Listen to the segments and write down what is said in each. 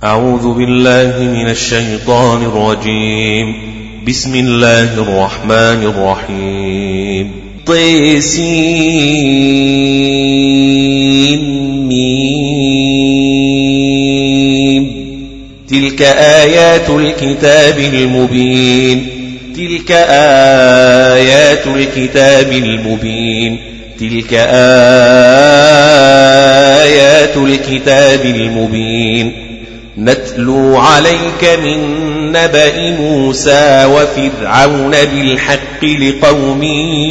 أعوذ بالله من الشيطان الرجيم. بسم الله الرحمن الرحيم. طسيم. تلك آيات الكتاب المبين. تلك آيات الكتاب المبين. تلك آيات الكتاب المبين. نتلو عليك من نبأ موسى وفرعون بالحق لقوم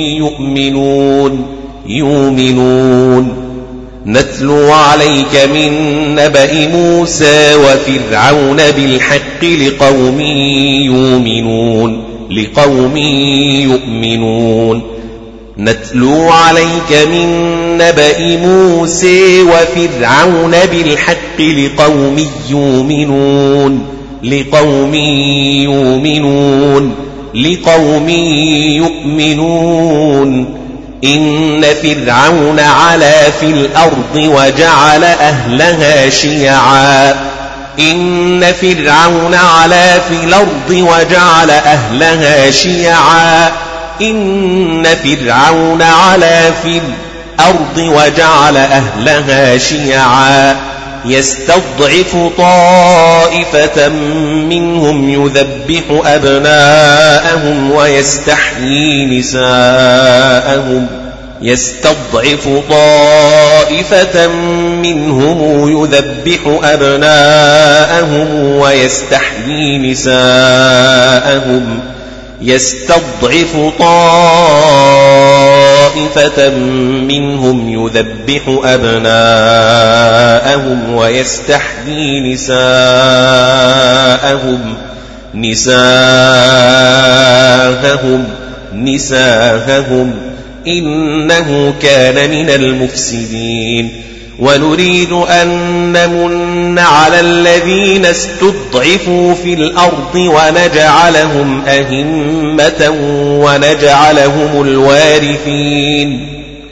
يؤمنون. نتلو عليك من نبأ موسى وفرعون بالحق لقوم يؤمنون. نتلو عليك من نبأ موسى وفرعون بالحق لقوم يؤمنون. إن فرعون علا في الأرض وجعل أهلها شيعا. إن فرعون علا في الأرض وجعل أهلها شيعا. إن فرعون علا في الأرض وجعل أهلها شيعا يستضعف طائفة منهم يذبح أبناءهم ويستحيي نساءهم. يستضعف طائفة منهم يذبح أبناءهم ويستحيي نساءهم. يستضعف طائفة منهم يذبح أبناءهم ويستحيي نساءهم إنه كان من المفسدين. ونريد أن نمن على الذين استضعفوا في الأرض ونجعلهم أئمة ونجعلهم الوارثين.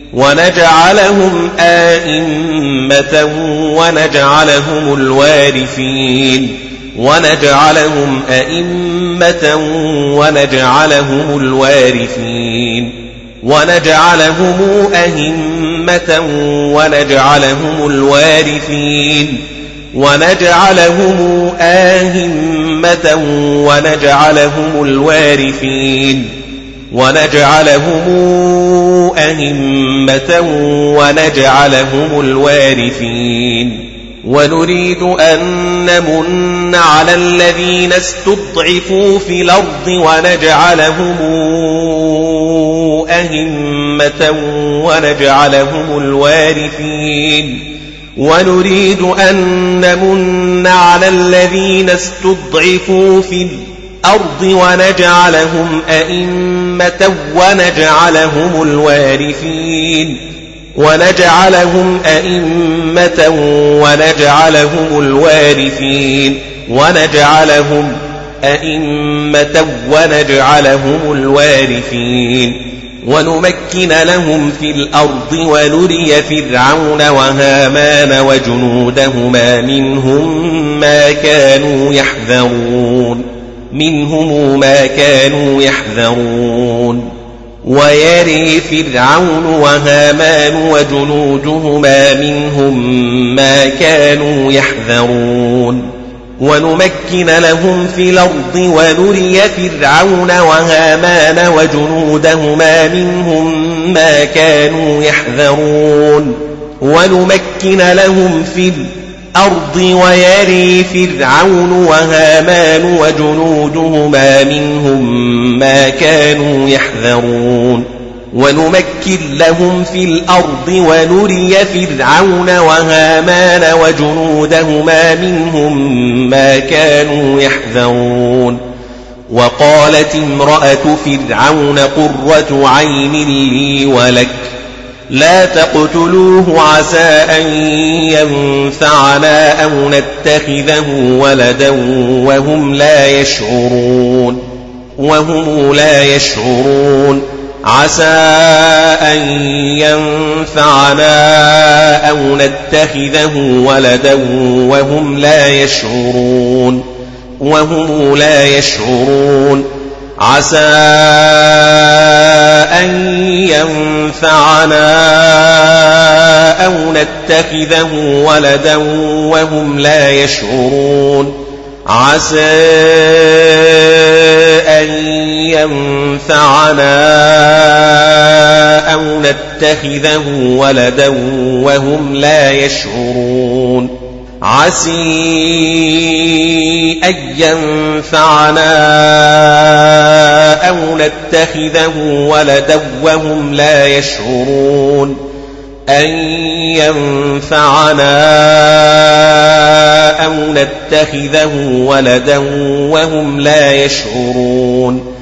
ونجعلهم أئمة ونجعلهم الوارثين. ونريد أن نمن على الذين استضعفوا في الأرض ونجعلهم أئمة ونجعلهم الوارثين. ونريد أن نمن على الذين استضعفوا في الأرض ونجعلهم أئمة ونجعلهم الوارثين. ونجعلهم أئمة ونجعلهم الوارثين. ونمكن لهم في الأرض ونري فرعون وهامان وجنودهما منهم ما كانوا يحذرون. ويري فرعون وهامان وجنودهما منهم ما كانوا يحذرون. ونمكن لهم في الأرض ونري فرعون وهامان وجنودهما منهم ما كانوا يحذرون. ونمكن لهم في الأرض ويري فرعون وهامان وجنودهما منهم ما كانوا يحذرون. ونمكن لهم في الأرض ونري فرعون وهامان وجنودهما منهم ما كانوا يحذرون. وقالت امرأة فرعون قرة عين لي ولك لا تقتلوه عسى أن ينفعنا أو نتخذه ولدا وهم لا يشعرون. عسى أن ينفعنا أو نتخذه ولدا وهم لا يشعرون عسى أن ينفعنا أو نتخذه ولدا وهم لا يشعرون عسى أن ينفعنا أو نتخذه ولدا وهم لا يشعرون عسى أن ينفعنا أو نتخذه ولدا وهم لا يشعرون أن ينفعنا أو نتخذه ولدا وهم لا يشعرون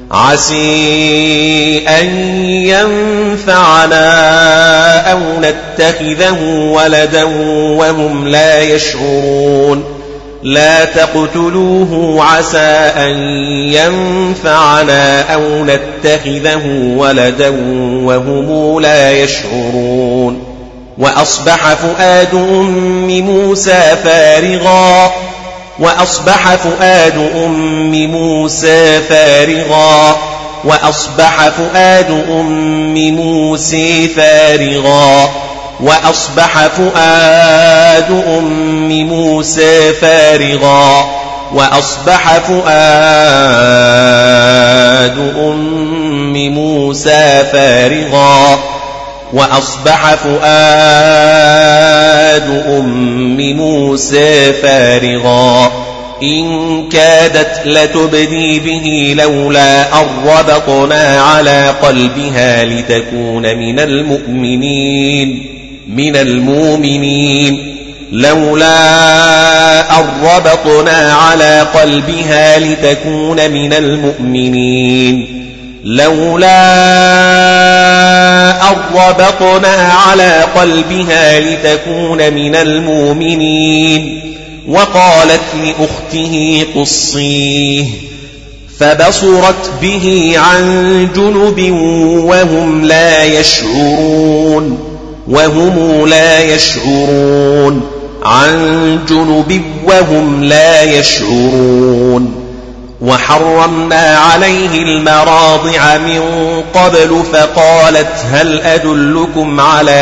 عسى أن ينفعنا أو نتخذه ولدا وهم لا يشعرون لا تقتلوه عسى أن ينفعنا أو نتخذه ولدا وهم لا يشعرون وأصبح فؤاد أم موسى فارغا وأصبح فؤاد أم موسى فارغا وأصبح فؤاد أم موسى فارغا وأصبح فؤاد أم موسى فارغا وأصبح فؤاد أم موسى فارغا وأصبح فؤاد أم موسى فارغا إن كادت لتبدي به لولا أن ربطنا على قلبها لتكون من المؤمنين لولا أن ربطنا على قلبها لتكون من المؤمنين لولا أن ربطنا على قلبها لتكون من المؤمنين وقالت لأخته قصيه فبصرت به عن جنب وهم لا يشعرون عن جنب وهم لا يشعرون وحرمنا عليه المراضع من قبل فقالت هل أدلكم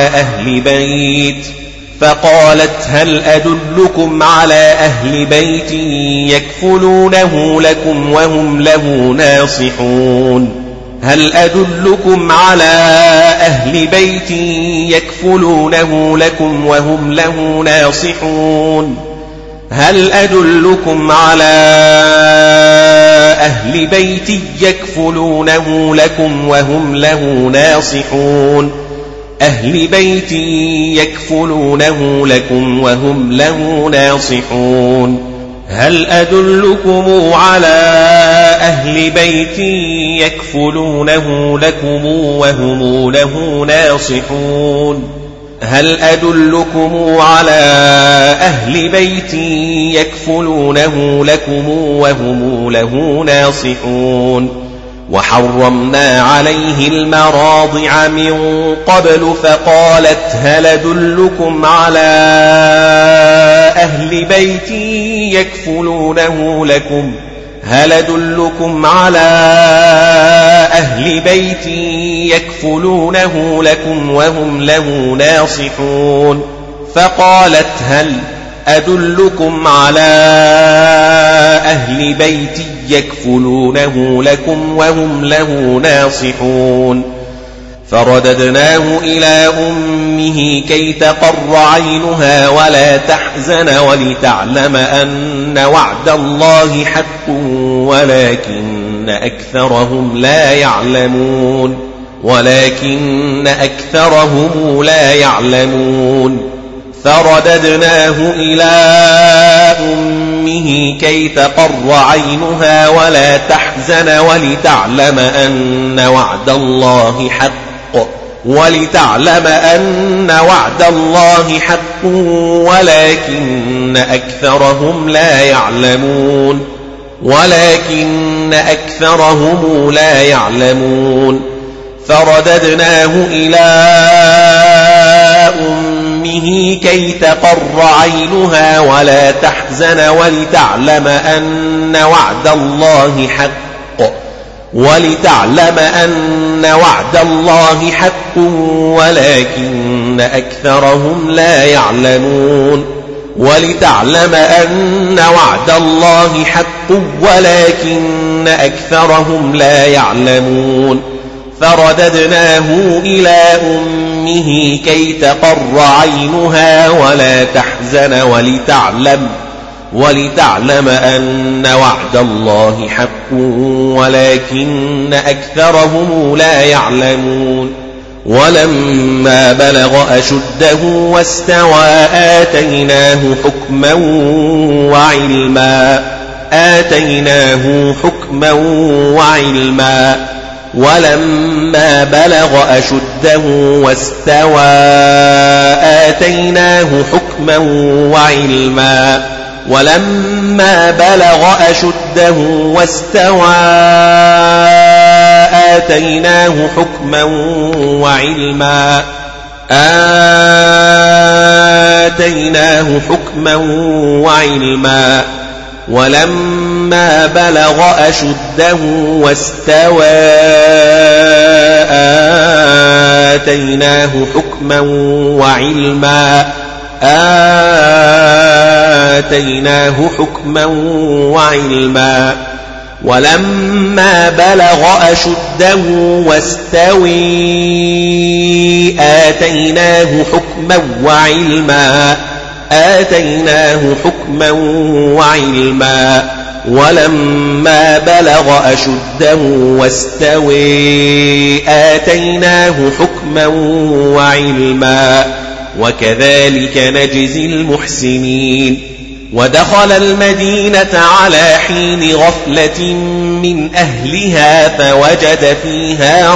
على أهل بيت يكفلونه لكم وهم له ناصحون هل أدلكم على أهل بيت يكفلونه لكم وهم له ناصحون هل أدلكم على أهل بيت يكفلونه لكم وهم له ناصحون أهل بيت يكفلونه لكم وهم له ناصحون هل أدلكم على أهل بيت يكفلونه لكم وهم له ناصحون هل أدلكم على أهل بيت يكفلونه لكم وهم له ناصحون وحرمنا عليه المراضع من قبل فقالت هل أدلكم على أهل بيت يكفلونه لكم وهم له ناصحون فقالت هل أدلكم على أهل بيت يكفلونه لكم وهم له ناصحون فرددناه إلى أمه كي تقر عينها ولا تحزن ولتعلم أن وعد الله حق ولكن أكثرهم لا يعلمون فرددناه إلى أمه كي تقر عينها ولا تحزن ولتعلم أن وعد الله حق ولكن أكثرهم لا يعلمون فرددناه إلى أمه كي تقر عينها ولا تحزن ولتعلم أن وعد الله حق ولكن أكثرهم لا يعلمون فرددناه إلى أمه كي تقر عينها ولا تحزن ولتعلم أن وعد الله حق ولكن أكثرهم لا يعلمون ولما بلغ أشده واستوى آتيناه حكما وعلما ولما بلغ أشده واستوى آتيناه حكما وعلما ولما بلغ أشده واستوى آتيناه حكما وعلما ولما بلغ أشده واستوى آتيناه حكما وعلما ولما بلغ أشده واستوى آتيناه حكما وعلما وكذلك نجزي المحسنين ودخل المدينة على حين غفلة من أهلها فوجد فيها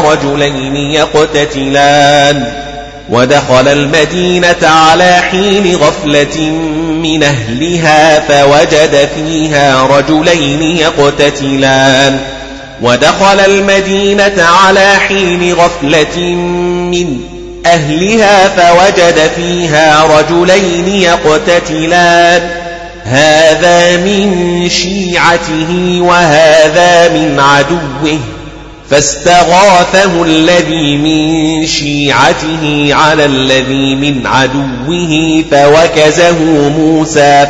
رجلين يقتتلان هذا من شيعته وهذا من عدوه فاستغاثه الذي من شيعته على الذي من عدوه فوكزه موسى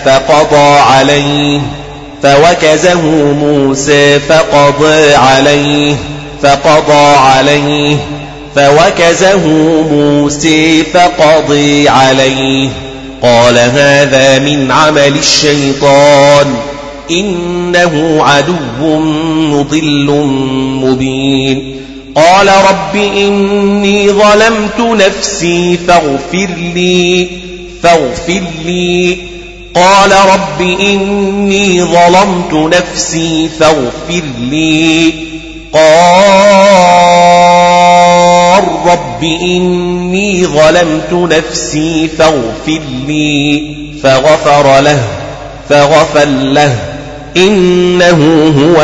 فقضى عليه قال هذا من عمل الشيطان إنه عدو مضل مبين قال رب إني ظلمت نفسي فاغفر لي قال رب إني ظلمت نفسي فاغفر لي قال رب إني ظلمت نفسي فاغفر لي فغفر له إنه هو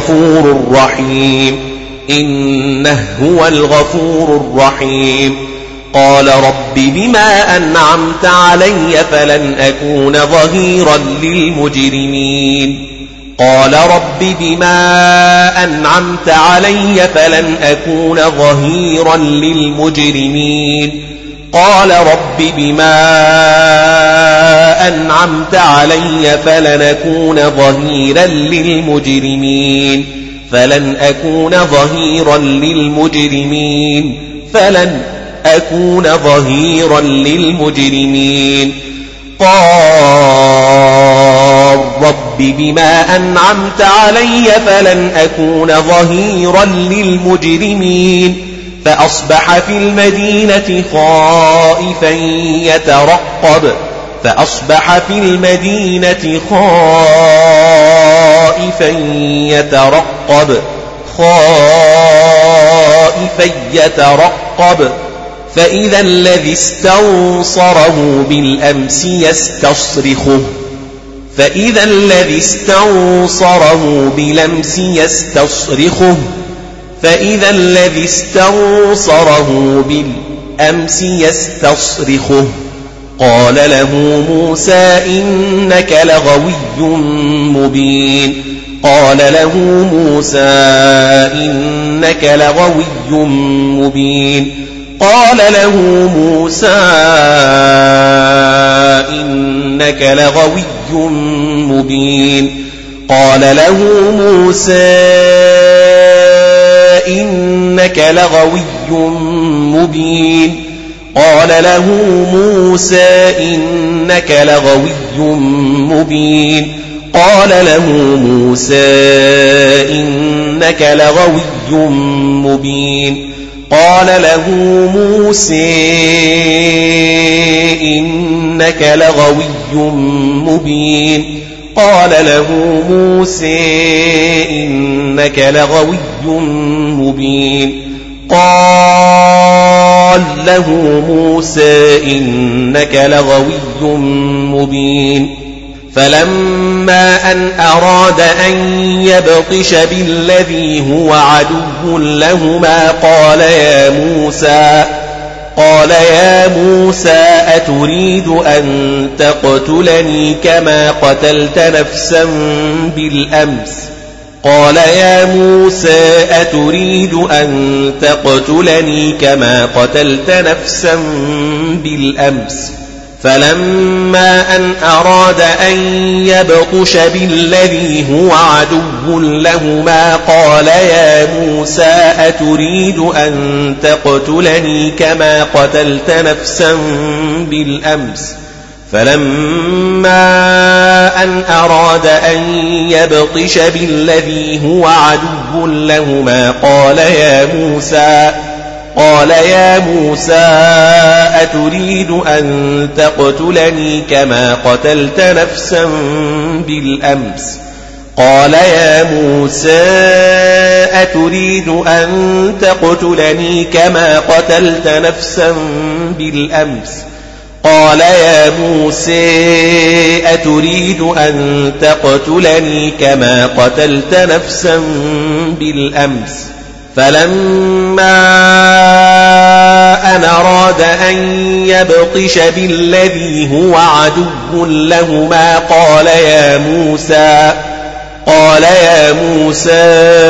الغفور الرحيم قال رب بما أنعمت علي فلن أكون ظهيرا للمجرمين قال رب بما أنعمت علي فلن أكون ظهيرا للمجرمين قال رب بما أنعمت علي فلن أكون ظهيرا للمجرمين قال رب بما أنعمت علي فلن أكون ظهيرا للمجرمين فأصبح في المدينة خائفا يترقب فإذا الذي استنصره بالأمس يستصرخه فإذا الذي استنصره بالأمس يستصرخه قال له موسى إنك لغوي مبين قال له موسى إنك لغوي مبين قال له موسى إنك لغوي مبين قال له موسى إنك لغوي مبين قال له موسى إنك لغوي مبين قال له موسى إنك لغوي مبين قال له موسى إنك لغوي مبين قال له موسى إنك لغوي مبين قال له موسى إنك لغوي مبين فلما أن أراد أن يبطش بالذي هو عدو لهما قال يا موسى أتريد أن تقتلني كما قتلت نفسا بالأمس قال يا موسى أتريد أن تقتلني كما قتلت نفسا بالأمس فلما أن أراد أن يبطش بالذي هو عدو لهما قال يا موسى أتريد أن تقتلني كما قتلت نفسا بالأمس فلما أن أراد أن يبطش بالذي هو عدو لهما قال يا موسى أتريد أن تقتلني كما قتلت نفسا بالأمس قال يا موسى أتريد أن تقتلني كما قتلت نفسا بالأمس قال يا موسى أتريد أن تقتلني كما قتلت نفسا بالأمس فلما أن أراد أن يبطش بالذي هو عدو لهما قال يا موسى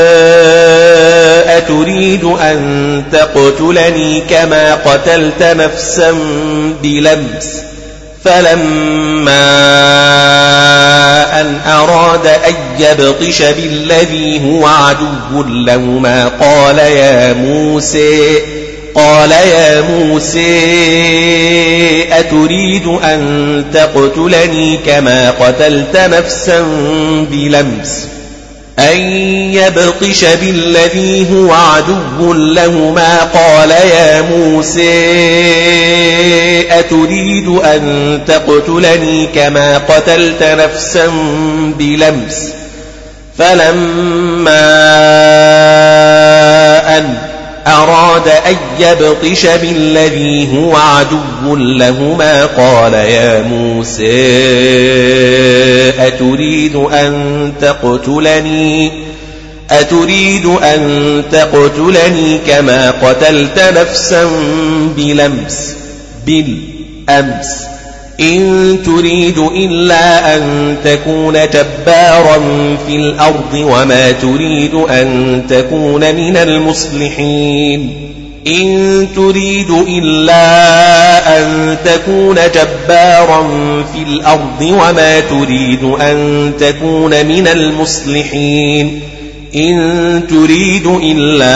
أتريد أن تقتلني كما قتلت نفسا بالأمس فلما أن أراد أن يبطش بالذي هو عدو لهما قال يا موسى أتريد أن تقتلني كما قتلت نفسا بالأمس أن يبطش بالذي هو عدو لهما قال يا موسى أتريد أن تقتلني كما قتلت نفسا بالأمس فلما أن أراد أن يبطش بالذي هو عدو لهما قال يا موسى أتريد أن تقتلني كما قتلت نفسا بالأمس إن تريد إلا أن تكون جبارا في الأرض وما تريد أن تكون من المصلحين إن تريد إلا أن تكون جبارا في الأرض وما تريد أن تكون من المصلحين إن تريد إلا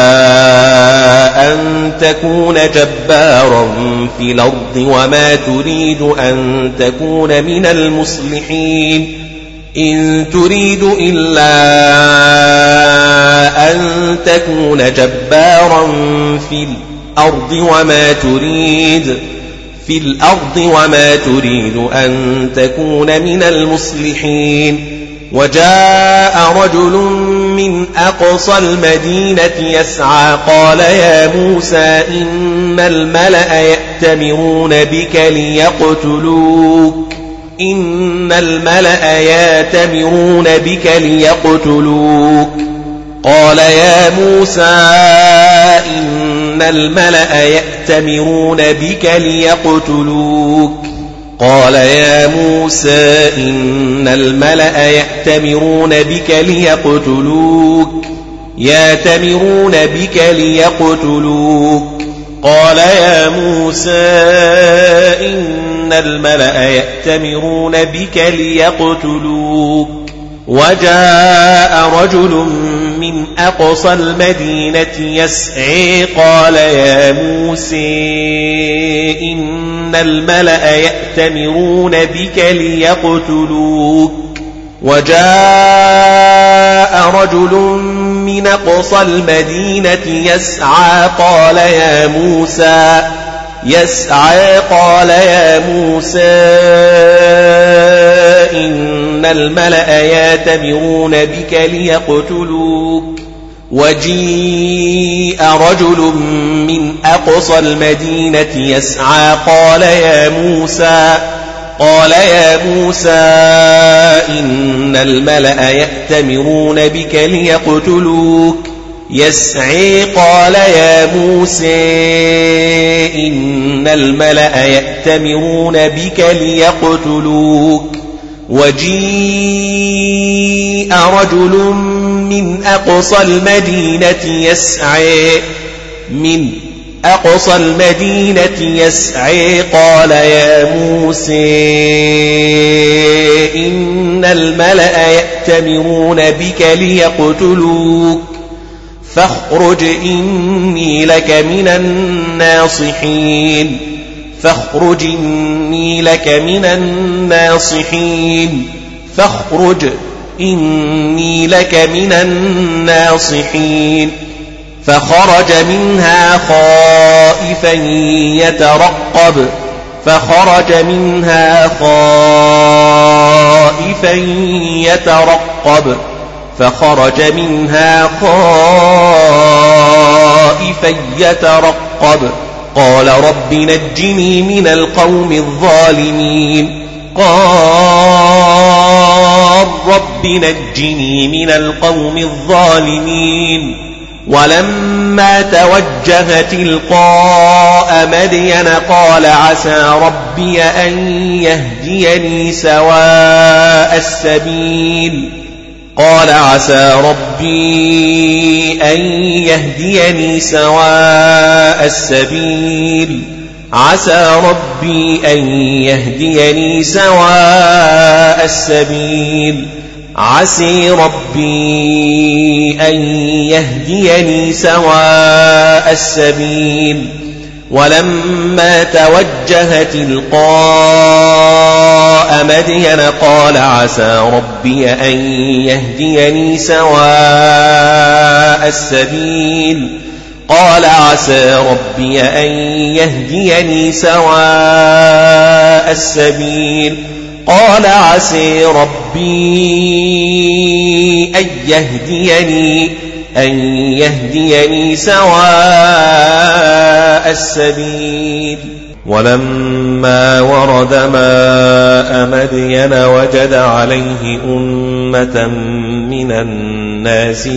أن تكون جبارا في الأرض وما تريد أن تكون من المصلحين إن تريد إلا أن تكون جبارا في الأرض وما تريد أن تكون من المصلحين وجاء رجل من أقصى المدينة يسعى قال يا موسى إن الملأ يأتمرون بك ليقتلوك قال يا موسى إن الملأ يأتمرون بك ليقتلوك قال يا موسى إن الملأ يأتمرون بك ليقتلوك قال يا موسى إن الملأ يأتمرون بك ليقتلوك وجاء رجل من أقصى المدينة يسعي قال يا موسى إن الملأ يأتمرون بك ليقتلوك وجاء رجل من أقصى المدينة يسعى قال يا موسى إن الملأ يأتمرون بك ليقتلوك وجيء رجل من أقصى المدينة يسعى قال يا موسى إن الملأ يأتمرون بك ليقتلوك يسعي قال يا موسى إن الملأ يأتمرون بك ليقتلوك وجيء رجل من أقصى المدينة يسعي قال يا موسى إن الملأ يأتمرون بك ليقتلوك فاخرج إني لك من الناصحين فخرج منها خائفا يترقب قال رب نجني من القوم الظالمين ولما توجه تلقاء مدين قال عسى ربي أن يهديني سواء السبيل عسى ربي أن يهديني سواء السبيل ولما توجه تلقاء مدين قال عسى ربي أن يهديني سواء السبيل قال عسى ربي أن يهديني سواء السبيل ولما ورد ماء مدين وجد عليه أمة من الناس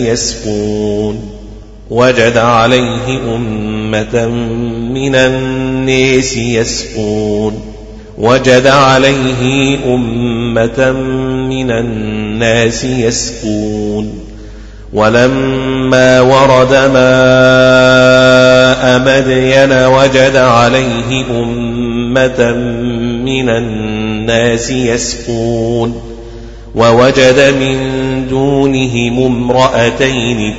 يسقون ولما ورد ماء مدين وجد عليه أمة من الناس يسقون ووجد من دونهم امرأتين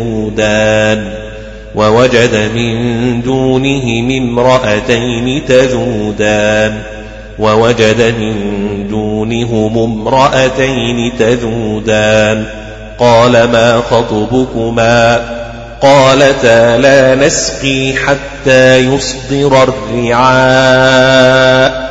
تذودان قال ما خطبكما قالتا لا نسقي حتى يصدر الرعاء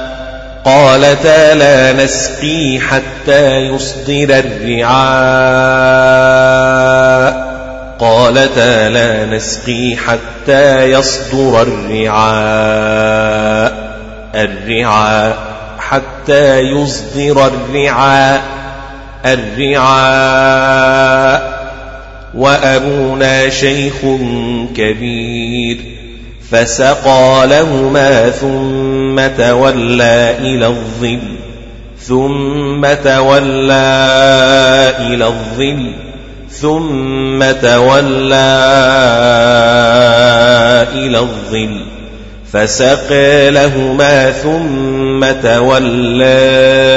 وأبونا شيخ كبير. فسقى لهما ثم تولى إلى الظل ثم تولى إلى الظل ثم تولى إلى الظل فسقى لهما ثم تولى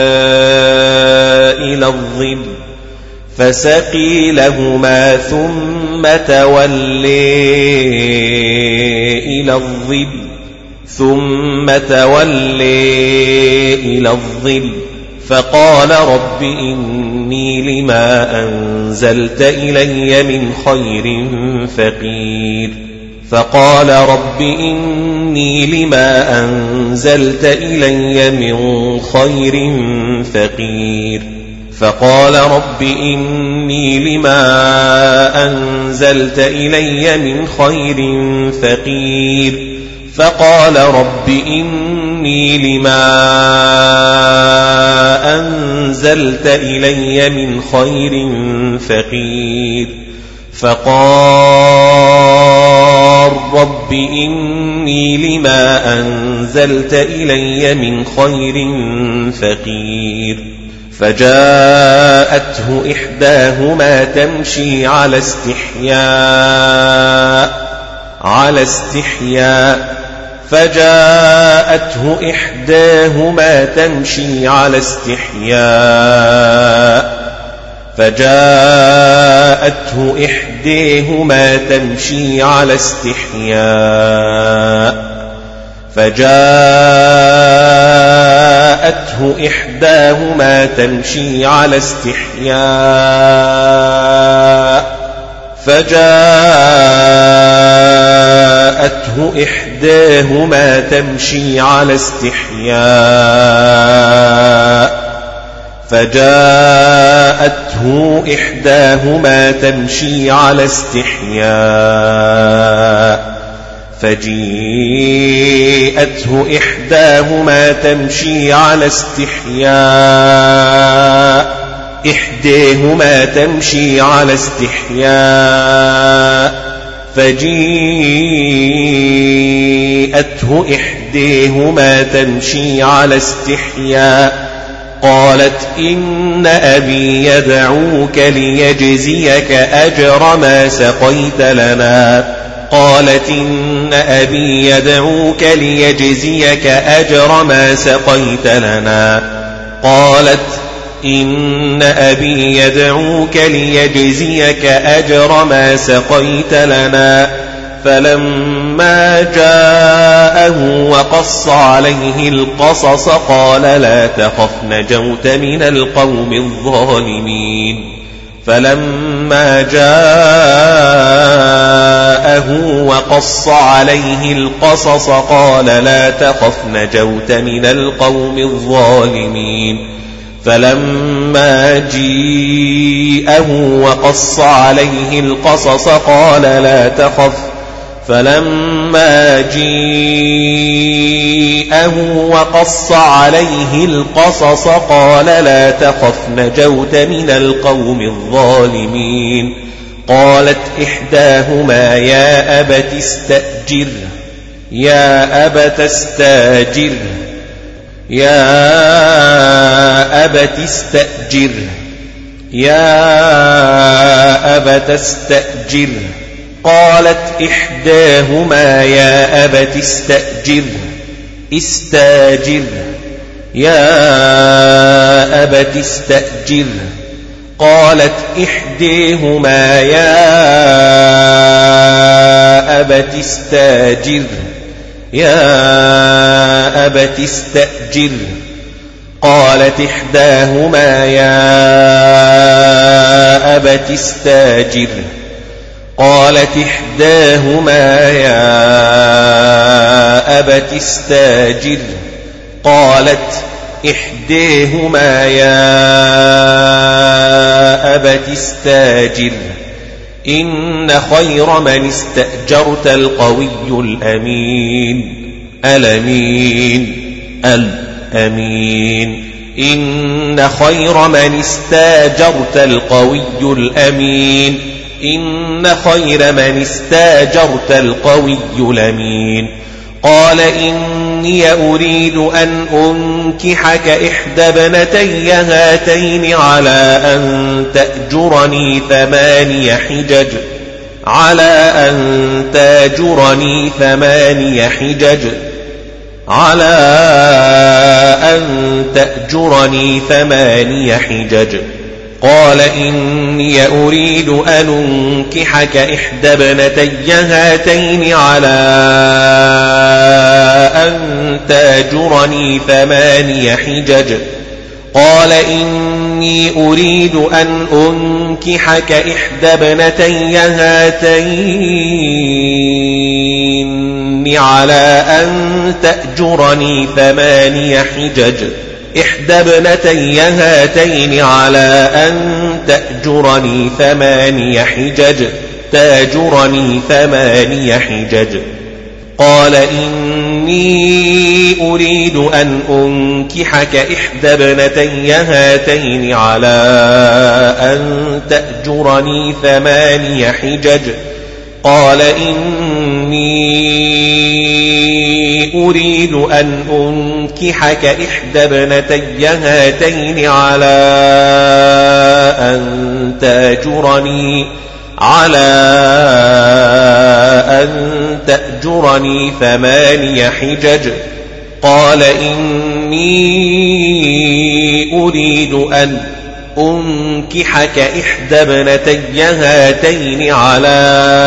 إلى الظل فسقي لهما ثم تولى إلى الظل ثم تولى إلى الظل فقال رب إني لما أنزلت إلي من خير فقير. فقال رب إني لما أنزلت إلي من خير فقير. فقال رب إني لما أنزلت إلي من خير فقير. فقال رب إني لما أنزلت إلي من خير فقير. فقال رب إني لما أنزلت إلي من خير فقير. فجاءته إحداهما تمشي على استحياء فجاءته إحداهما تمشي على استحياء فجاءته إحداهما تمشي على استحياء فجاءته إحداهما تمشي على استحياء فجاءته إحداهما تمشي على استحياء فجاءته إحداهما تمشي على استحياء فجيءته إحداهما تمشي على استحياء إحداهما تمشي على استحياء فجيءته إحداهما تمشي على استحياء قالت إن أبي يدعوك ليجزيك أجر ما سقيت لنا قالت إن أبي يدعوك ليجزيك أجر ما سقيت لنا قالت إن أبي يدعوك ليجزيك أجر ما سقيت لنا فلما جاءه وقص عليه القصص قال لا تخف نجوت من القوم الظالمين فلما جاءه وقص عليه القصص قال لا تخف نجوت من القوم الظالمين فلما جيءه وقص عليه القصص قال لا تخف فلما جيءه وقص عليه القصص قال لا تخف نجوت من القوم الظالمين قالت إحداهما يا أبت استأجر قالت إحداهما يا أبت استاجر يا أبت استأجر قالت إحداهما يا أبت استاجر يا أبت استأجر قالت إحداهما يا أبت استاجر قالت إحداهما يا أبت استاجر قالت إحداهما يا أبت استاجر إن خير من استأجرت القوي الأمين إن خير من استاجرت القوي الأمين إن خير من استاجرت القوي الأمين. قال إني أريد أن أنكحك إحدى ابنتي هاتين على أن تأجرني 8 حجج قال إني أريد أن أنكحك إحدى ابنتي هاتين على أن تأجرني 8 حجج قال إني أريد أن أنكحك إحدى ابنتي هاتين على أن تأجرني 8 حجج قال إني أريد أن أنكحك إحدى ابنتي هاتين على أن تأجرني 8 حجج قال إني أريد أن أنكحك إحدى ابنتي هاتين على أن تأجرني 8 حجج قال إني أريد أن أنكحك إحدى ابنتي هاتين على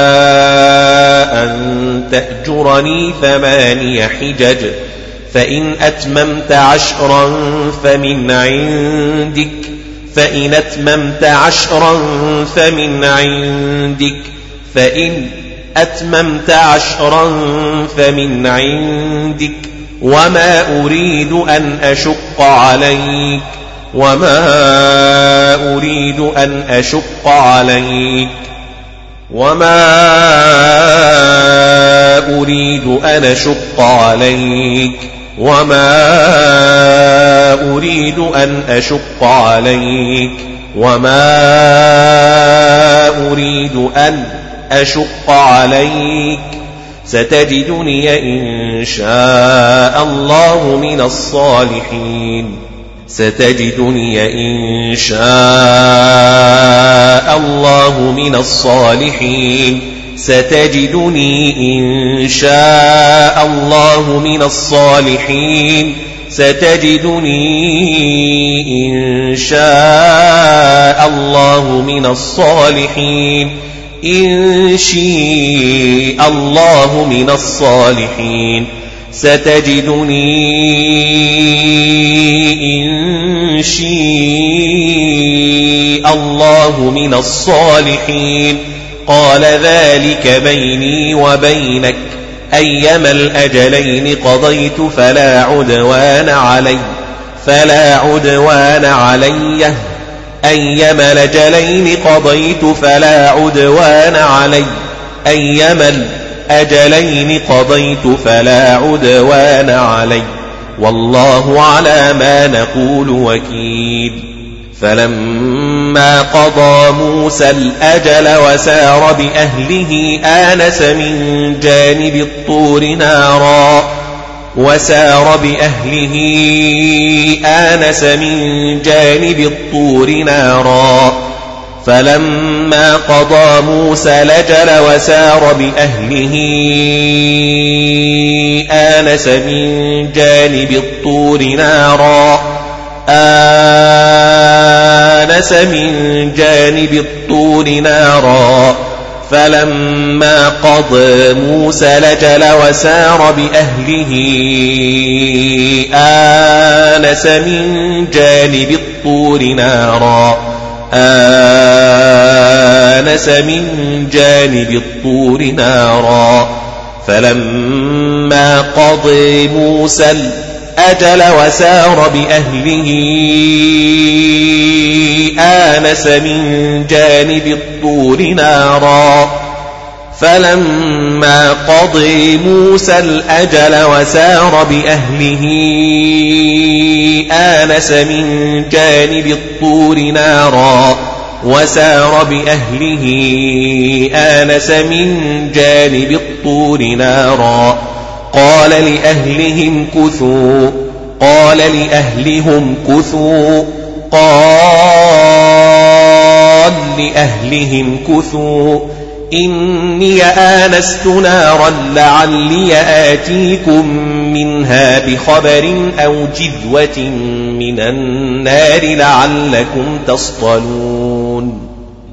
أن تأجرني 8 حجج فإن أتممت 10 فمن عندك وما أريد أن أشق عليك ستجدني إن شاء الله من الصالحين. إن شاء الله من الصالحين ستجدني إن شاء الله من الصالحين. قال ذلك بيني وبينك أيما الأجلين قضيت فلا عدوان علي أيما الأجلين قضيت فلا عدوان علي والله على ما نقول وكيل. فلما قضى موسى الأجل وسار بأهله آنس من جانب الطور نارا فلما قضى موسى الأجل وسار بأهله آنس من جانب الطور نارا فلما قضى موسى الأجل وسار بأهله آنس من جانب الطور نارا فلما قضى موسى الأجل وسار بأهله آنس من جانب الطور نارا فلما قضى موسى الأجل وسار بأهله آنس من جانب الطور نارا وسار بأهله آنس من جانب الطور نارا قال لأهلهم كثوا إني آنست نارا لعلي آتيكم منها بخبر أو جذوة من النار لعلكم تصطلون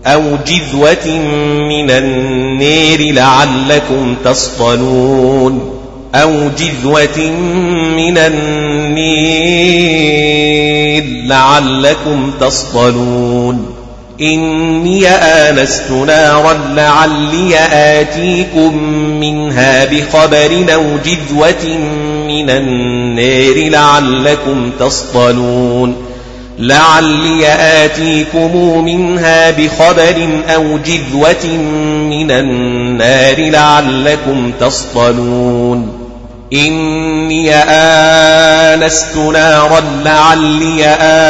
إني آنست نارا لعلي آتيكم منها بخبر أو جذوة من النار لعلكم تصطلون لعلي آتيكم منها بخبر أو جذوة من النار لعلكم تصطلون إني آنست نارا لعلي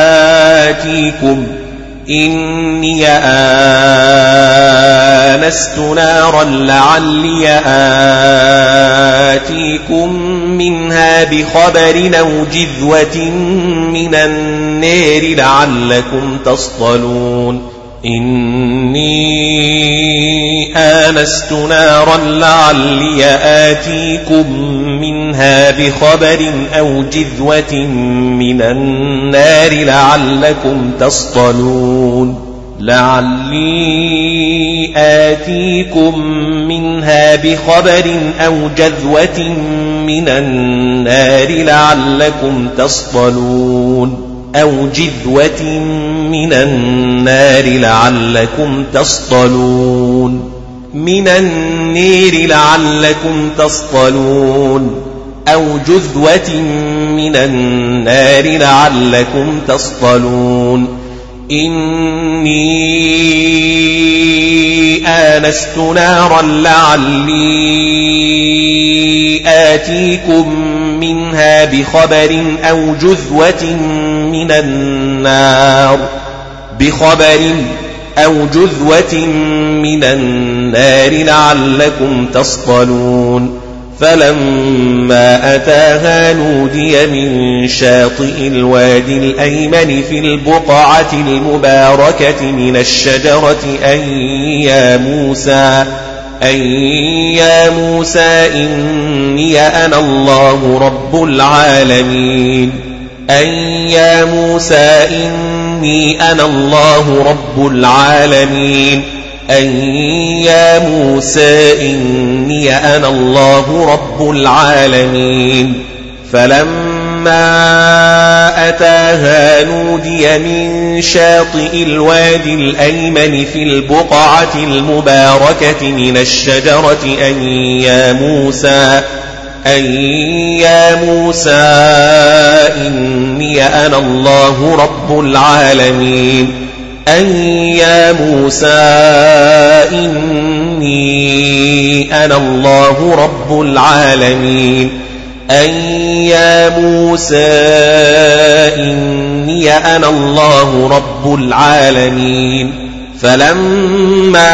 آتيكم منها بخبر أو جذوة من النار لعلكم تصطلون إني آنست نارا لعلي آتيكم منها بخبر أو جذوة من النار لعلكم تصطلون فلما أتاها نودي من شاطئ الوادي الأيمن في البقعة المباركة من الشجرة أن يا موسى إني أنا الله رب العالمين فلما أتاها نودي من شاطئ الوادي الأيمن في البقعة المباركة من الشجرة أن يا موسى إني أنا الله رب العالمين فلما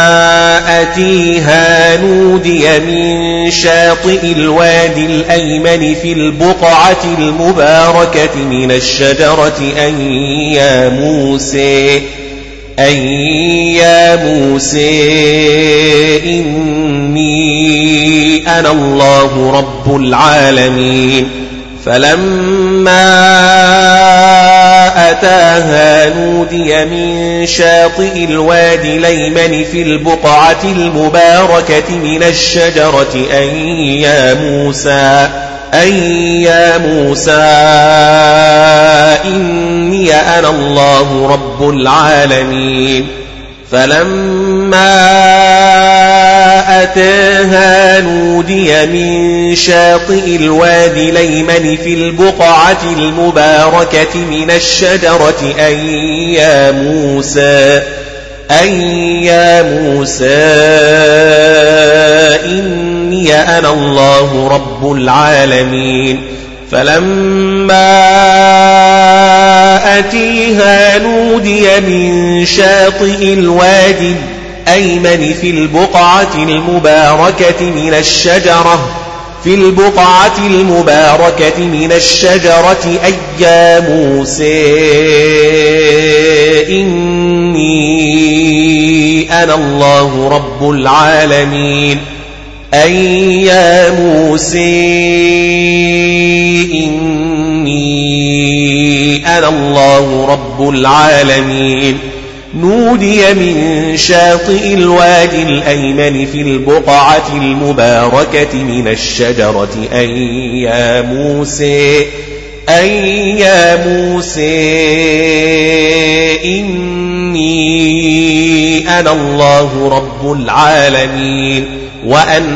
أتيها نودي من شاطئ الوادي الأيمن في البقعة المباركة من الشجرة أن يا موسى إني أنا الله رب العالمين فلما أتاها نودي من شاطئ الوادي الأيمن في البقعة المباركة من الشجرة أن يا موسى إني أنا الله رب العالمين فلما أتاها نودي من شاطئ الوادي الأيمن في البقعة المباركة من الشجرة أن يا موسى إني أنا الله رب العالمين فلما أتيها نودي من شاطئ الوادي الأيمن في البقعة المباركة من الشجرة أي يا موسى إني أنا الله رب العالمين أي يا موسى إني أنا الله رب العالمين نودي من شاطئ الوادي الأيمن في البقعة المباركة من الشجرة أي يا موسى إني أنا الله رب العالمين وأن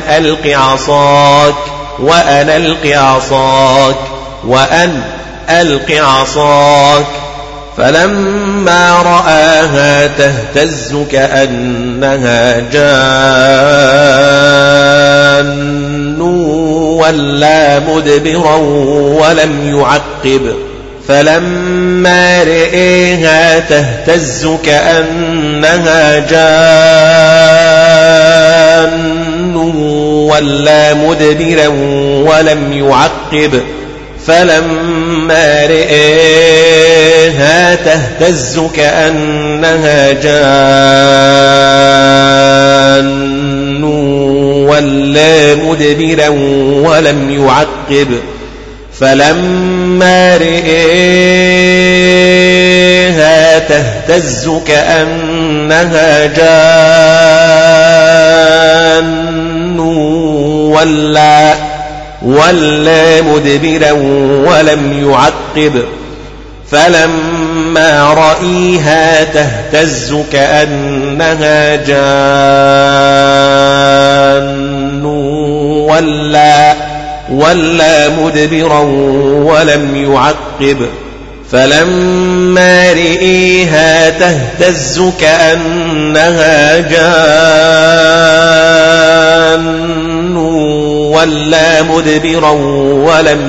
ألق عصاك فلما رآها تهتز كأنها جان ولا مدبرا ولم يعقب فلما رآها تهتز كأنها جان ولا مدبرا ولم يعقب فلما رآها تهتز كأنها جان ولا مدبرا ولم يعقب فلما رآها تهتز كأنها جان ولا مدبرا ولم يعقب فلما رأيها تهتز كأنها جان ولا مدبرا ولم يعقب فلما رأيها تهتز كأنها جان ولا مدبرا ولم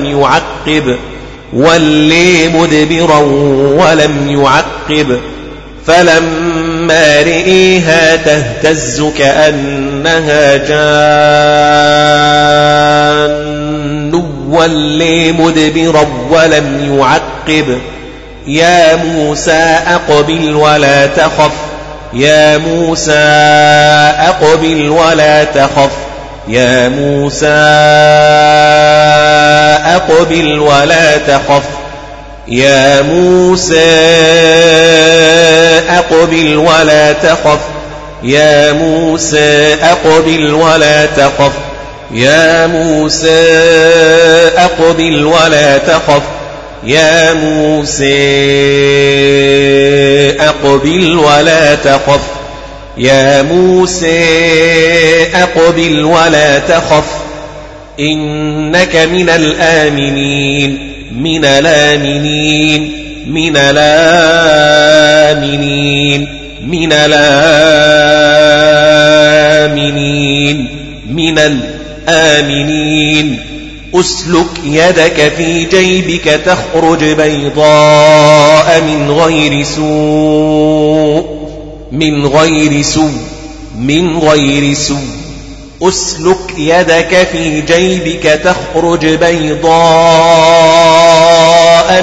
يعقب فلما رئيها تهتز كأنها جان ولا مدبرا ولم يعقب يا موسى أقبل ولا تخف يا موسى أقبل ولا تخف يا موسى أقبل ولا تخف يا موسى أقبل ولا تخف يا موسى أقبل ولا تخف يا موسى أقبل ولا تخف يا موسى أقبل ولا تخف إنك من الآمنين من الآمنين من الآمنين من الآمنين من الآمنين أسلك يدك في جيبك تخرج بيضاء من غير سوء من غير سوء أسلك يدك في جيبك تخرج بيضاء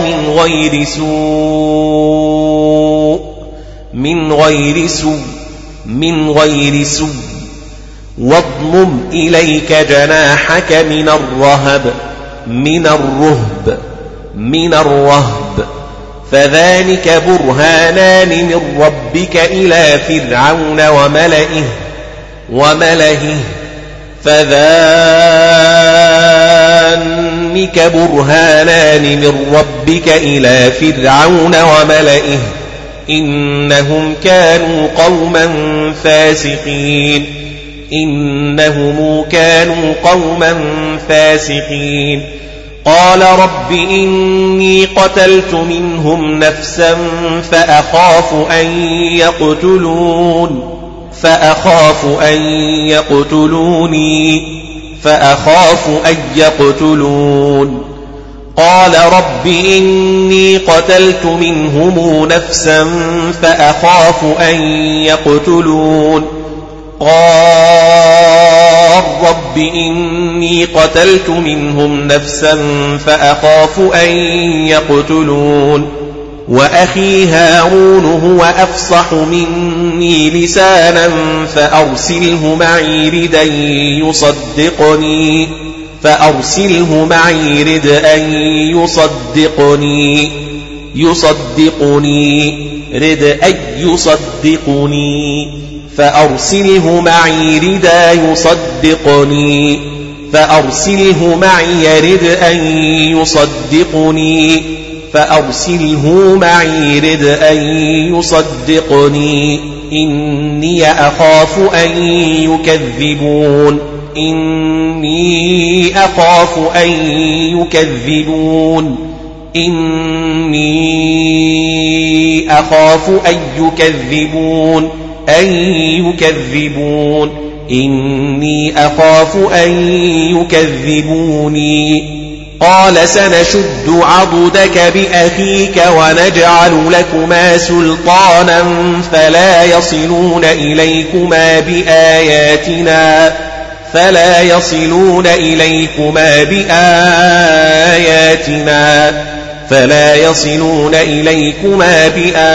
من غير سوء واضمم إليك جناحك من الرهب فذلك برهانان من ربك إلى فرعون وملئه فذلك برهانان من ربك إلى فرعون وملئه إنهم كانوا قوما فاسقين قال رب إني قتلت منهم نفسا فأخاف أن يقتلون قال رب إني قتلت منهم نفسا فأخاف أن يقتلون قال رب إني قتلت منهم نفسا فأخاف أن يقتلون وأخي هارون هو أفصح مني لسانا فأرسله معي رد أن يصدقني فأرسله معي رد أن يصدقني إني أخاف أن يكذبوني قال سنشد عضدك بأخيك ونجعل لكما سلطانا فلا يصلون إليكما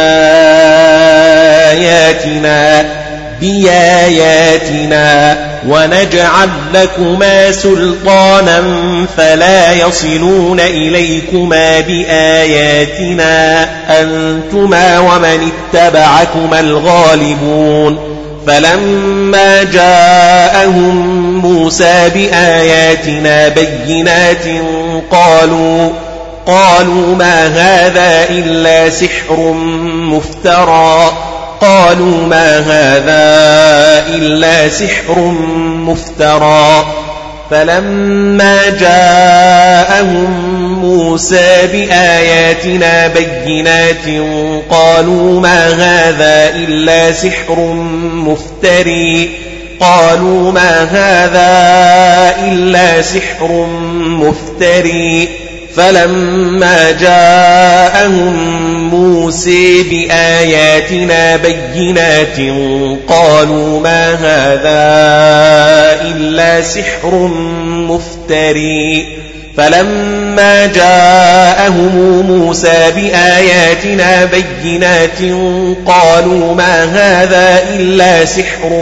بآياتنا ونجعل لكما سلطانا فلا يصلون إليكما بآياتنا أنتما ومن اتبعكما الغالبون فلما جاءهم موسى بآياتنا بينات قالوا ما هذا إلا سحر مفترى فلما جاءهم موسى بآياتنا بينات قالوا ما هذا إلا سحر مفتري فلما جاءهم موسى بآياتنا بينات قالوا ما هذا إلا سحر مفتري فلما جاءهم موسى بآياتنا بينات قالوا ما هذا إلا سحر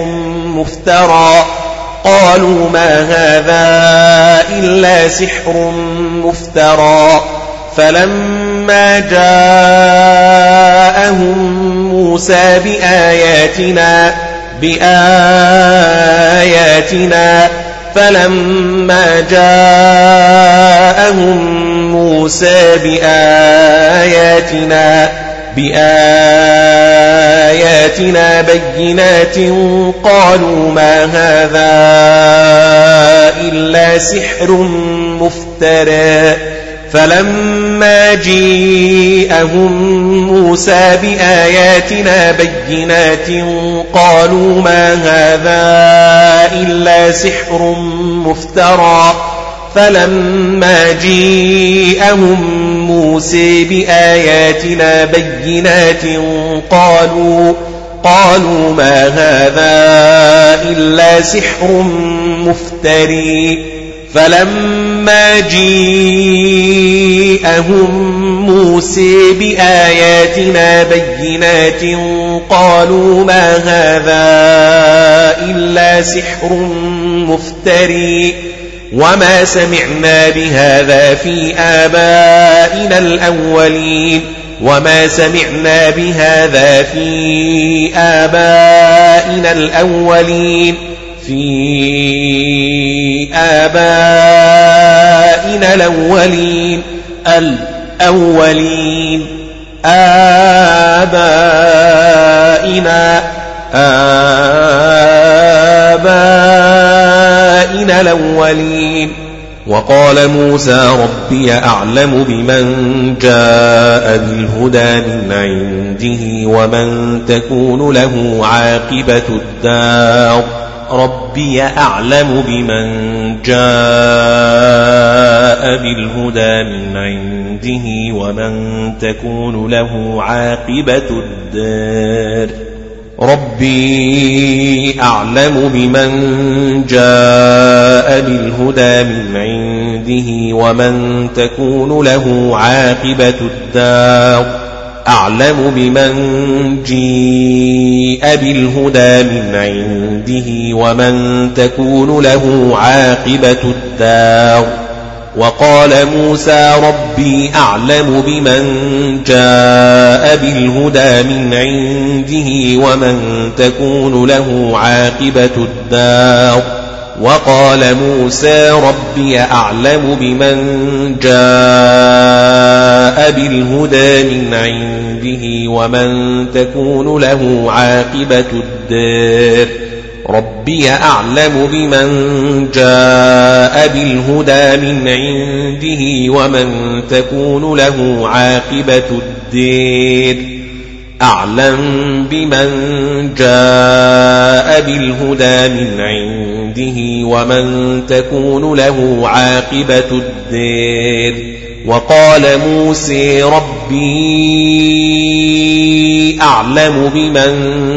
مفترى فلما جاءهم موسى بآياتنا بينات قالوا ما هذا إلا سحر مفترى فلما جاءهم موسى بآياتنا بينات قالوا ما هذا إلا سحر مفترى فلما جاءهم موسى بآياتنا بينات قالوا ما هذا إلا سحر مفتري فلما جاءهم موسى بآياتنا بينات قالوا ما هذا إلا سحر مفتري وما سمعنا بهذا في آبائنا الأولين وقال موسى ربي أعلم بمن جاء بالهدى من عنده ومن تكون له عاقبة الدار ربي أعلم بمن جاء بالهدى من عنده ومن تكون له عاقبة الدار ربي أعلم بمن جاء بالهدى من عنده ومن تكون له عاقبة الدار أعلم بمن جاء بالهدى من عنده ومن تكون له عاقبة الدار وقال موسى ربي أعلم بمن جاء بالهدى من عنده ومن تكون له عاقبة الدار وقال موسى ربي أعلم بمن جاء بالهدى من عنده ومن تكون له عاقبة الدار ربي أعلم بمن جاء بالهدى من عنده ومن تكون له عاقبة الدار أعلم بمن جاء بالهدى من عنده ومن تكون له عاقبة الدار وقال موسى ربي أعلم بمن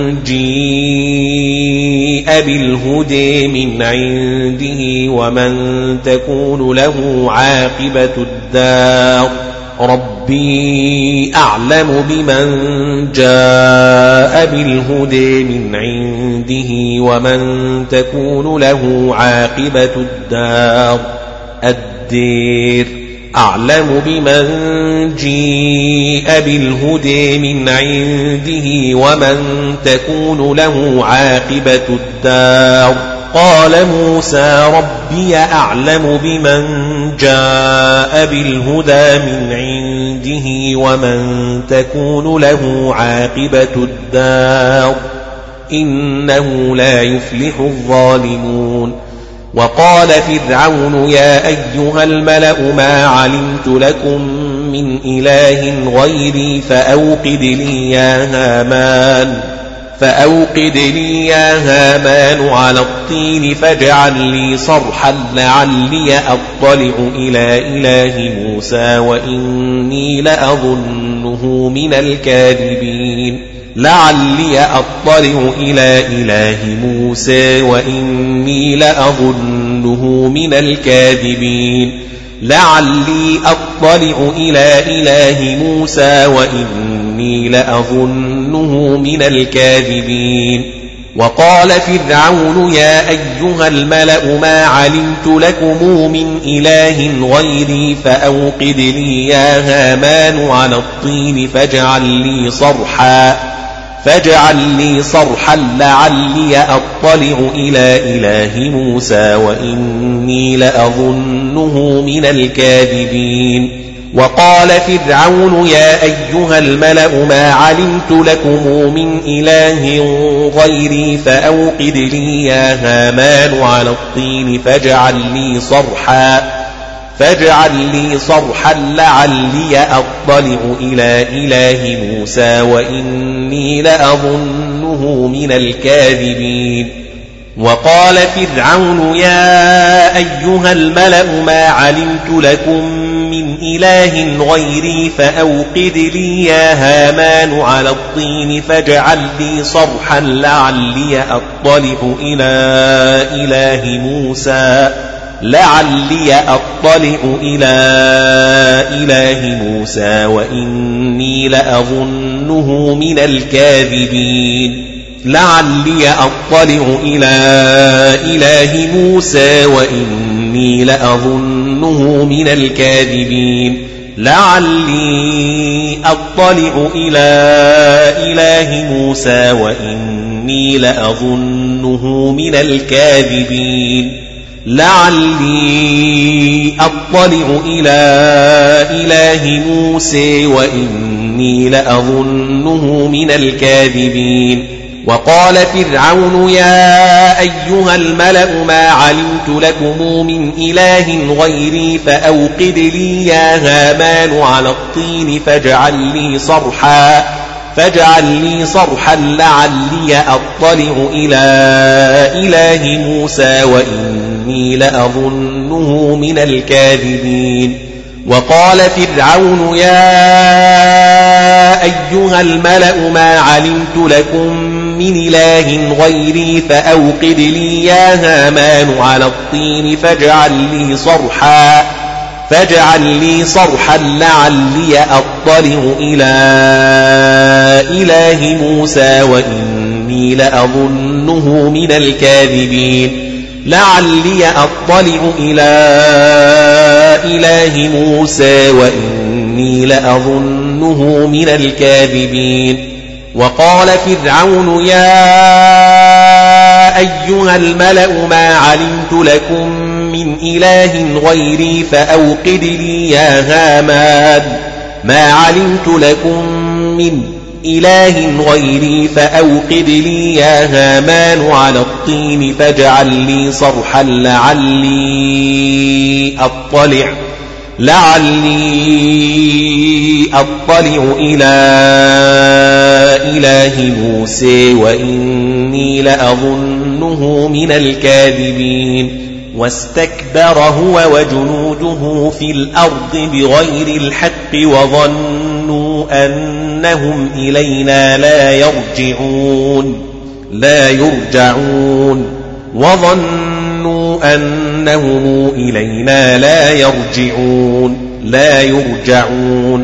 جاء بالهدى من عنده ومن تكون له عاقبة الدار ربي أعلم بمن جاء بالهدى من عنده ومن تكون له عاقبة الدار أعلم بمن جاء بالهدى من عنده ومن تكون له عاقبة الدار قال موسى ربي أعلم بمن جاء بالهدى من عنده ومن تكون له عاقبة الدار إنه لا يفلح الظالمون وقال فرعون يا أيها الملأ ما علمت لكم من إله غيري فأوقد لي يا هامان على الطين فاجعل لي صرحا لعلي أطلع إلى إله موسى وإني لأظنه من الكاذبين لعلي أطلع إلى إله موسى وإني لأظنه من الكاذبين وقال فرعون يا أيها الملأ ما علمت لكم من إله غيري فأوقد لي يا هامان على الطين فاجعل لي صرحا لعلي أطلع إلى إله موسى وإني لأظنه من الكاذبين وقال فرعون يا أيها الملأ ما علمت لكم من إله غيري فأوقد لي يا هامان على الطين فاجعل لي صرحا لعلي أطلع إلى إله موسى وإني لأظنه من الكاذبين وقال فرعون يا أيها الملأ ما علمت لكم من إله غيري فأوقد لي يا هامان على الطين فاجعل لي صرحا لعلي أطلع إلى إله موسى وإني لأظنه من الكاذبين وقال فرعون يا أيها الملأ ما علمت لكم من إله غيري فأوقد لي يا هامان على الطين فاجعل فاجعل لي صرحا لعلي أطلع إلى إله موسى وإني لأظنه من الكاذبين وقال فرعون يا أيها الملأ ما علمت لكم من إله غيري فأوقد لي يا هامان على الطين فاجعل لي صرحا لعلي أطلع إلى إله موسى وإني لأظنه من الكاذبين لعلي أطلع إلى إله موسى وإني لأظنه من الكاذبين وقال فرعون يا أيها الملأ ما علمت لكم من إله غيري فأوقد لي يا هامان ما علمت لكم من إله غيري فأوقد لي يا هامان على الطين فاجعل لي صرحا لعلي أطلع إلى إله موسى وإني لأظنه من الكاذبين واستكبر هو وجنوده في الأرض بغير الحق وظنوا أنهم إلينا لا يرجعون وظنوا أنهم إلينا لا يرجعون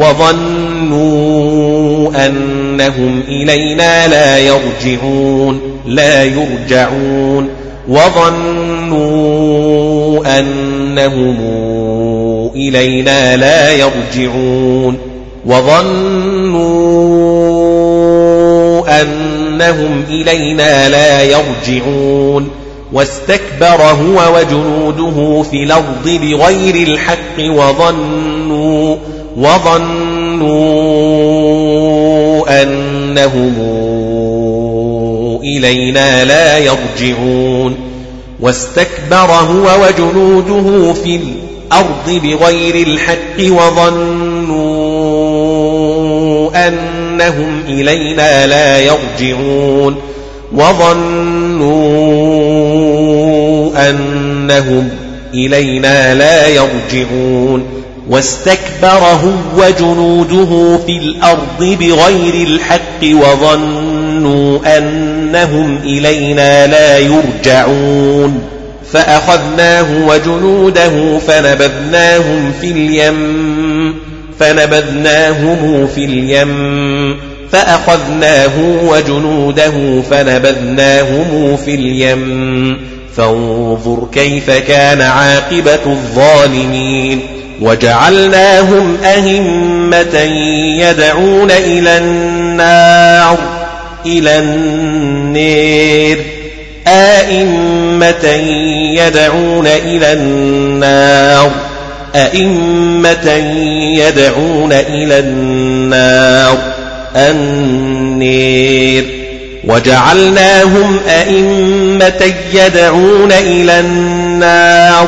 وظنوا أنهم إلينا لا يرجعون وظنوا أنهم إلينا لا يرجعون واستكبر هو وجنوده في الأرض بغير الحق وظنوا أنهم إلينا لا يرجعون واستكبر هو وجنوده في الأرض بغير الحق وظنوا أنهم إلينا لا يرجعون واستكبر هو وجنوده في الأرض بغير الحق وظنوا أنهم إلينا لا يرجعون فأخذناه وجنوده فنبذناهم في اليم فانظر كيف كان عاقبة الظالمين وجعلناهم أئمة يدعون إلى النار وجعلناهم أئمة يدعون إلى النار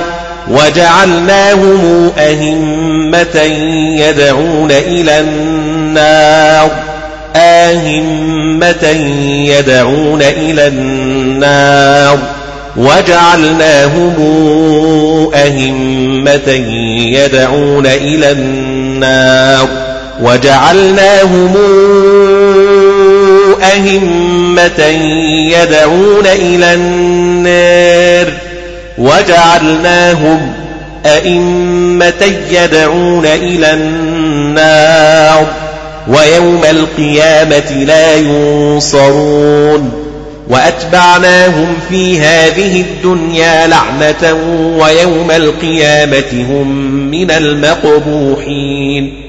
ويوم القيامة لا ينصرون وأتبعناهم في هذه الدنيا لعنة ويوم القيامة هم من المقبوحين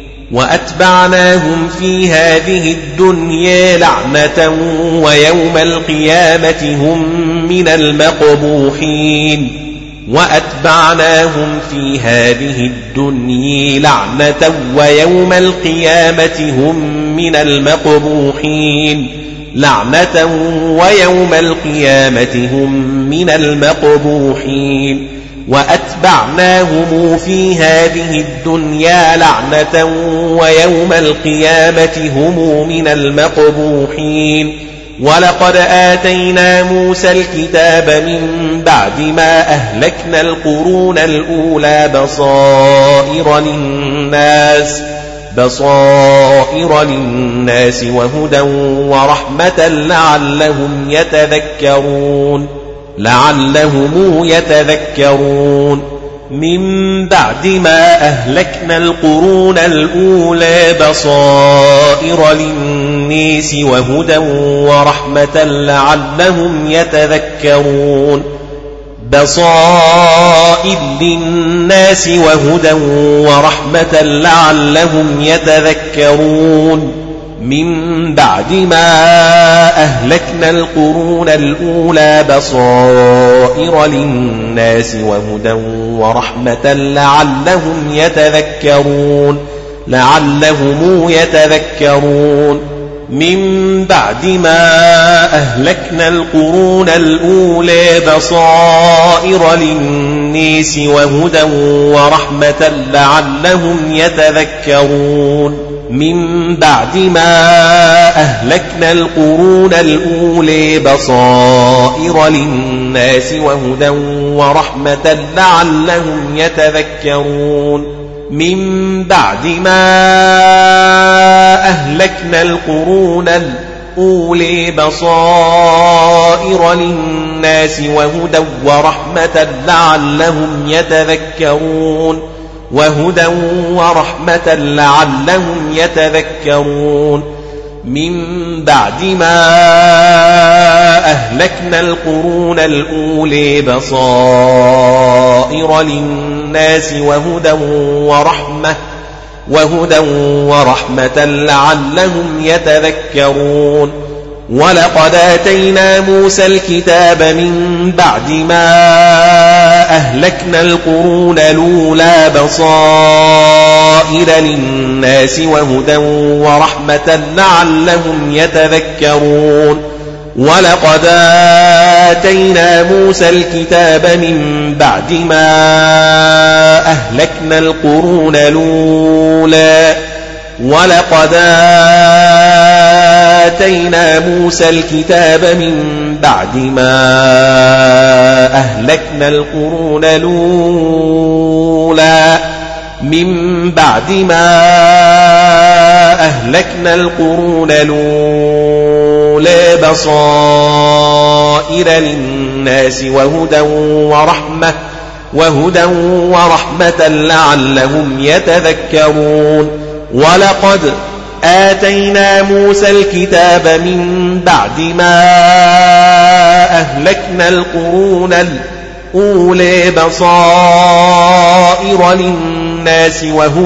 وأتبعناهم في هذه الدنيا لعنة ويوم القيامة هم من المقبوحين ولقد آتينا موسى الكتاب من بعد ما أهلكنا القرون الأولى بصائر للناس وهدى ورحمة لعلهم يتذكرون من بعد ما أهلكنا القرون الأولى بصائر للناس وهدى ورحمة لعلهم يتذكرون بصائر للناس وهدى ورحمة لعلهم يتذكرون من بعد ما أهلكنا القرون الأولى بصائر للناس وهدى ورحمة لعلهم يتذكرون من بعد ما أهلكنا القرون الأولى بصائر للناس وهدى ورحمة لعلهم يتذكرون من بعد ما أهلكنا القرون الأولى بصائر للناس وهدى ورحمة لعلهم يتذكرون من بعد ما أهلكنا القرون الأولى بصائر للناس وهدى ورحمة لعلهم يتذكرون من بعد ما أهلكنا القرون الأولى بصائر للناس وهدى ورحمة لعلهم يتذكرون ولقد آتينا موسى الكتاب من بعد ما أهلكنا القرون الأولى بصائر للناس وهدى ورحمة لعلهم يتذكرون ولقد آتينا موسى الكتاب من بعد ما أهلكنا القرون الأولى ولقد آتينا موسى الكتاب من بعد ما أهلكنا القرون الأولى بصائر للناس وهدى ورحمة لعلهم يتذكرون ولقد آتينا موسى الكتاب من بعد ما أهلكنا القرون الأولى بصائر للناس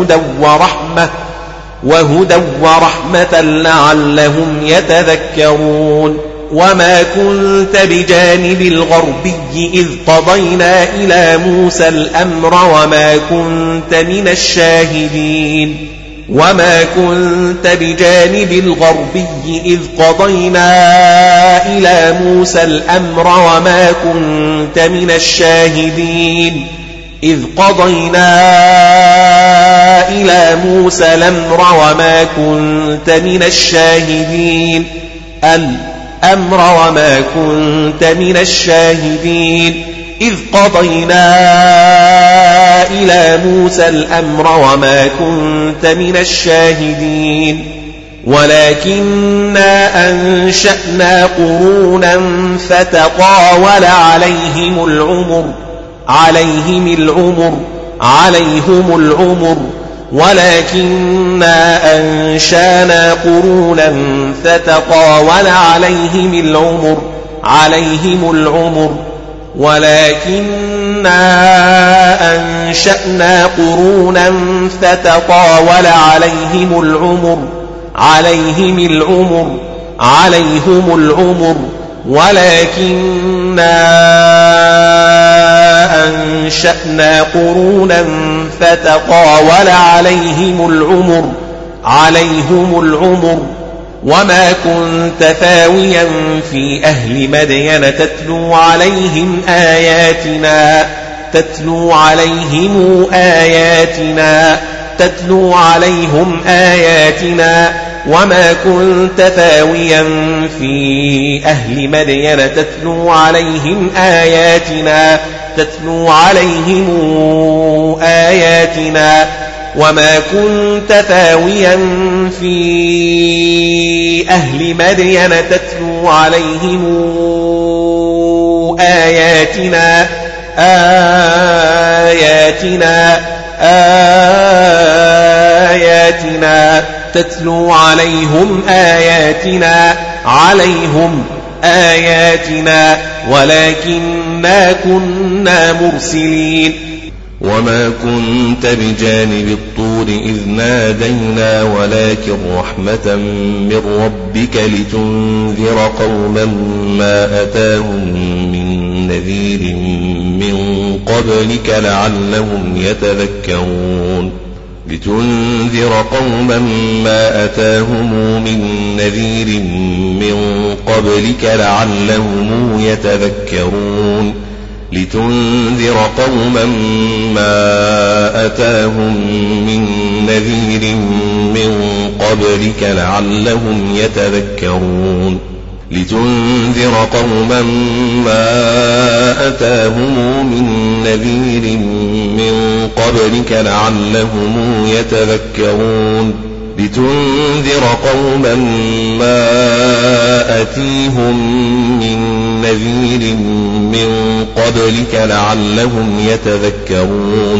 وهدى ورحمة لعلهم يتذكرون وما كنت بجانب الغربي إذ قضينا إلى موسى الأمر وما كنت من الشاهدين وما كنت بجانب الغربي إذ قضينا إلى موسى الأمر وما كنت من الشاهدين إذ قضينا إلى موسى الأمر وما كنت من الشاهدين إذ قضينا إلى موسى الأمر وما كنت من الشاهدين ولكننا أنشأنا قرونا فتطاول عليهم العمر ولكننا أنشأنا قرونا فتطاول عليهم العمر وما كنت ثاويا في أهل مدين تتلو عليهم آياتنا تتلو عليهم آياتنا وما كنت ثاويا في أهل مدين تتلو عليهم آياتنا وما كنت ثاويا في أهل مدين تتلو عليهم آياتنا تتلو عليهم آياتنا ولكننا كنا مرسلين. وما كنت بجانب الطور إذ نادينا ولكن رحمة من ربك لتنذر قوما ما أتاهم من نذير من قبلك لعلهم يتذكرون. لتنذر قوما ما أتاهم من نذير من قبلك لعلهم يتذكرون. لتنذر قوما ما أتيهم من نذير من قبلك لعلهم يتذكرون.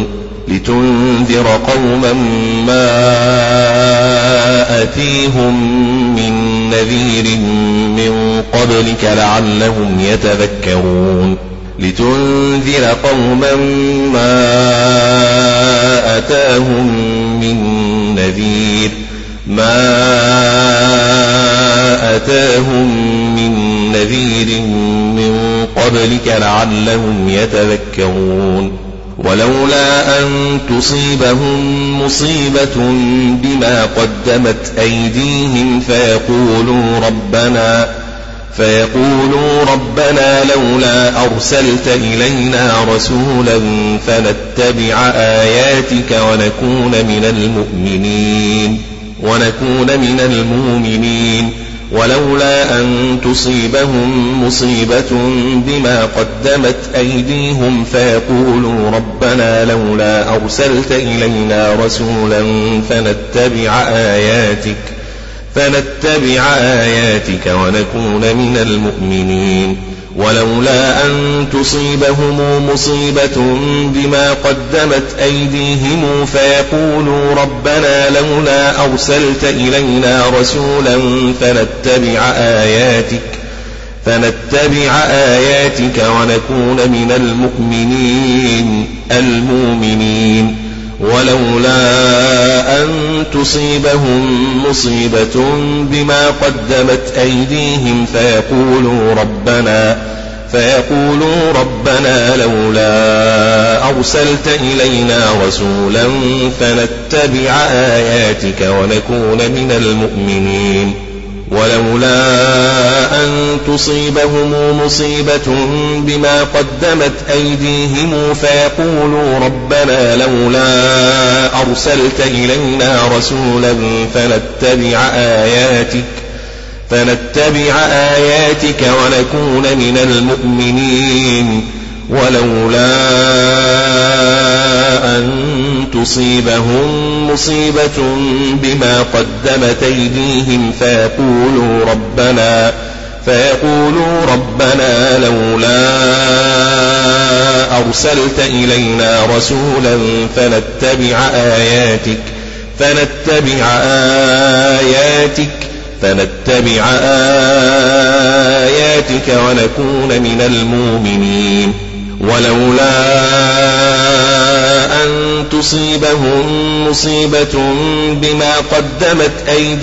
لتنذر قوما ما أتاهم من نذير من قبلك لعلهم يتذكرون. ولولا أن تصيبهم مصيبة بما قدمت أيديهم فيقولوا ربنا لولا أرسلت إلينا رسولا فنتبع آياتك ونكون من المؤمنين. ولولا أن تصيبهم مصيبة بما قدمت أيديهم فيقولوا ربنا لولا أرسلت إلينا رسولا فنتبع آياتك ونكون من المؤمنين. ولولا أن تصيبهم مصيبة بما قدمت أيديهم فيقولوا ربنا لولا أرسلت إلينا رسولا فنتبع آياتك ونكون من المؤمنين. ولولا أن تصيبهم مصيبة بما قدمت أيديهم فيقولوا ربنا لولا أرسلت إلينا رسولا فنتبع آياتك ونكون من المؤمنين. ولولا أن تصيبهم مصيبة بما قدمت أيديهم فيقولوا ربنا لولا أرسلت إلينا رسولا فنتبع آياتك ونكون من المؤمنين. ولولا أن تصيبهم مصيبة بما قدمت أيديهم فيقولوا ربنا لولا أرسلت إلينا رسولا فنتبع آياتك ونكون من المؤمنين. ولولا أن تصيبهم مصيبة بما قدمت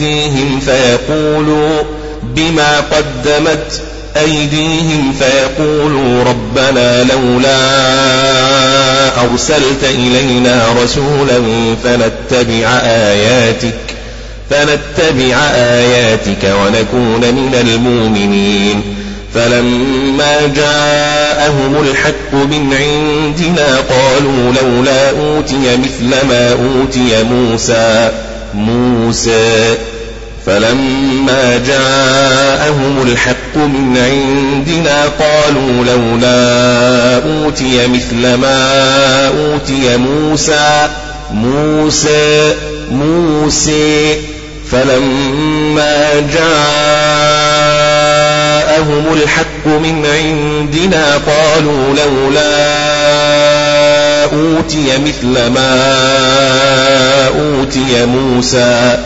أيديهم فيقولوا ربنا لولا أرسلت إلينا رسولا فنتبع آياتك ونكون من المؤمنين. فلما جاءهم الحق من عندنا قالوا لولا أوتي مثل ما أوتي موسى فلما جاءهم الحق من عندنا قالوا لولا أوتي مثل ما أوتي موسى فلما جاءهم الحق من عندنا قالوا لولا أوتي مثل ما أوتي موسى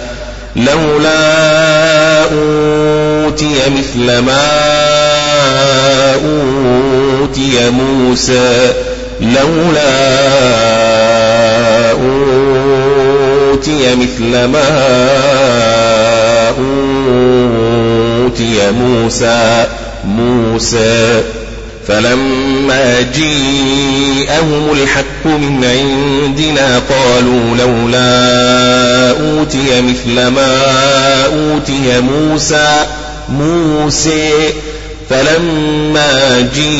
فلما جاءهم الحق من عندنا قالوا لولا أوتي مثل ما أوتي موسى فلما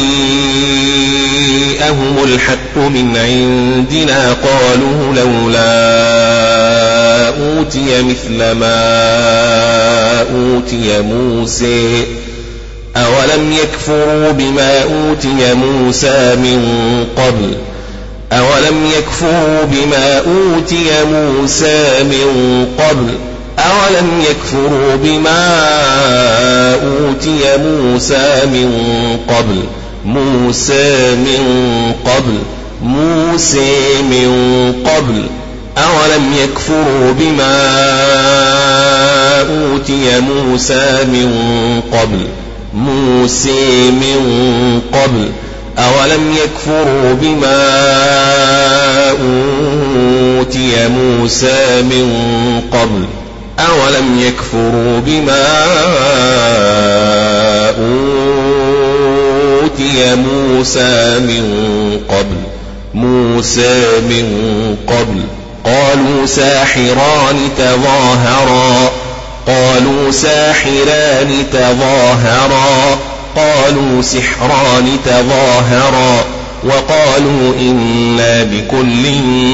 جاءهم الحق من عندنا قالوا لولا أوتي مثل ما أوتي موسى أولم يكفروا بما أوتي موسى من قبل أولم يكفروا بما أوتي موسى من قبل أولم يكفروا بما أوتي موسى من قبل أولم يكفروا بما أوتي موسى من قبل أولم يكفروا بما أوتي موسى من قبل قالوا ساحران تظاهرا قالوا سحران تظاهرا وقالوا إنا بكل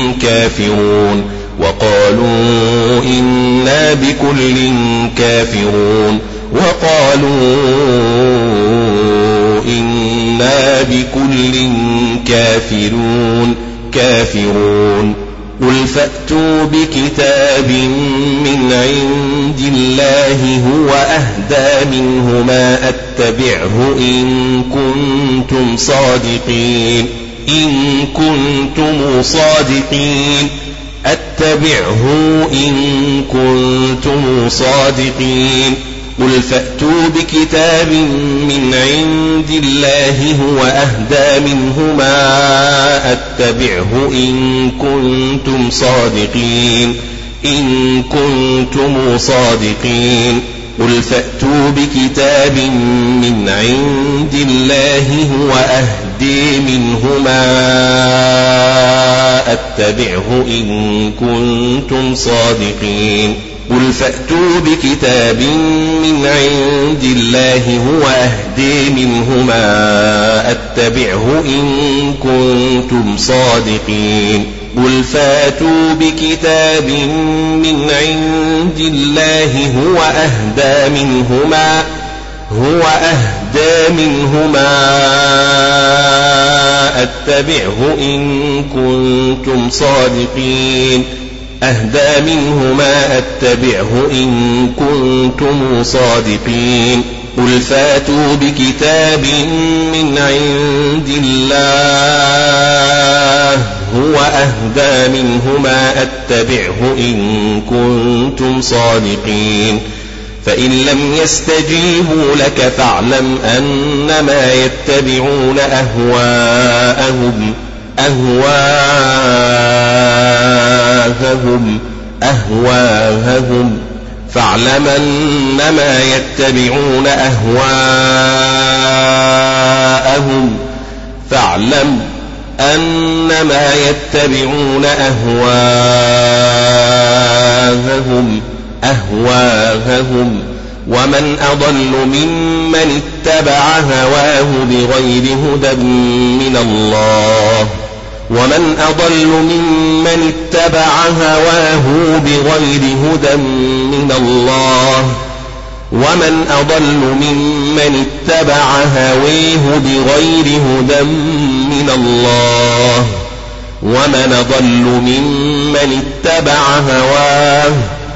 كافرون قل فأتوا بكتاب من عند الله هو أهدى منهما أتبعه إن كنتم صادقين قل فأتوا بكتاب من عند الله هو أهدى منهما أتبعه إن كنتم صادقين قل فأتوا بكتاب من عند الله هو أهدى منهما أتبعه إن كنتم صادقين قل فأتوا بكتاب من عند الله هو أهدى منهما أتبعه إن كنتم صادقين قل فأتوا بكتاب من عند الله هو أهدى منهما أتبعه إن كنتم صادقين قل فاتوا بكتاب من عند الله هو أهدى منهما أتبعه إن كنتم صادقين فإن لم يستجيبوا لك فاعلم أنما يتبعون أهواءهم فاعلم أنما يتبعون أهواءهم ومن أضل ممن اتبع هواه بغير هدى من الله ومن أضل ممن اتبع هواه بغير هدى من الله ومن أضل ممن اتبع هواه بغير هدى من الله ومن أضل ممن اتبع هواه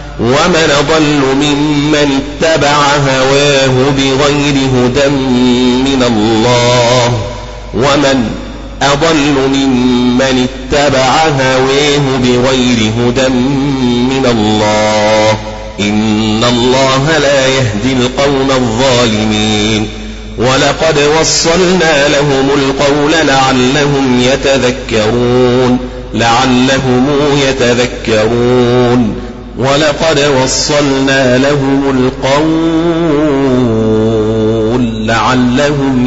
بغير هدى من الله ومن أضل ممن اتبع هواه بغير هدى من الله إن الله لا يهدي القوم الظالمين ولقد وصلنا لهم القول لعلهم يتذكرون ولقد وصلنا لهم القول لعلهم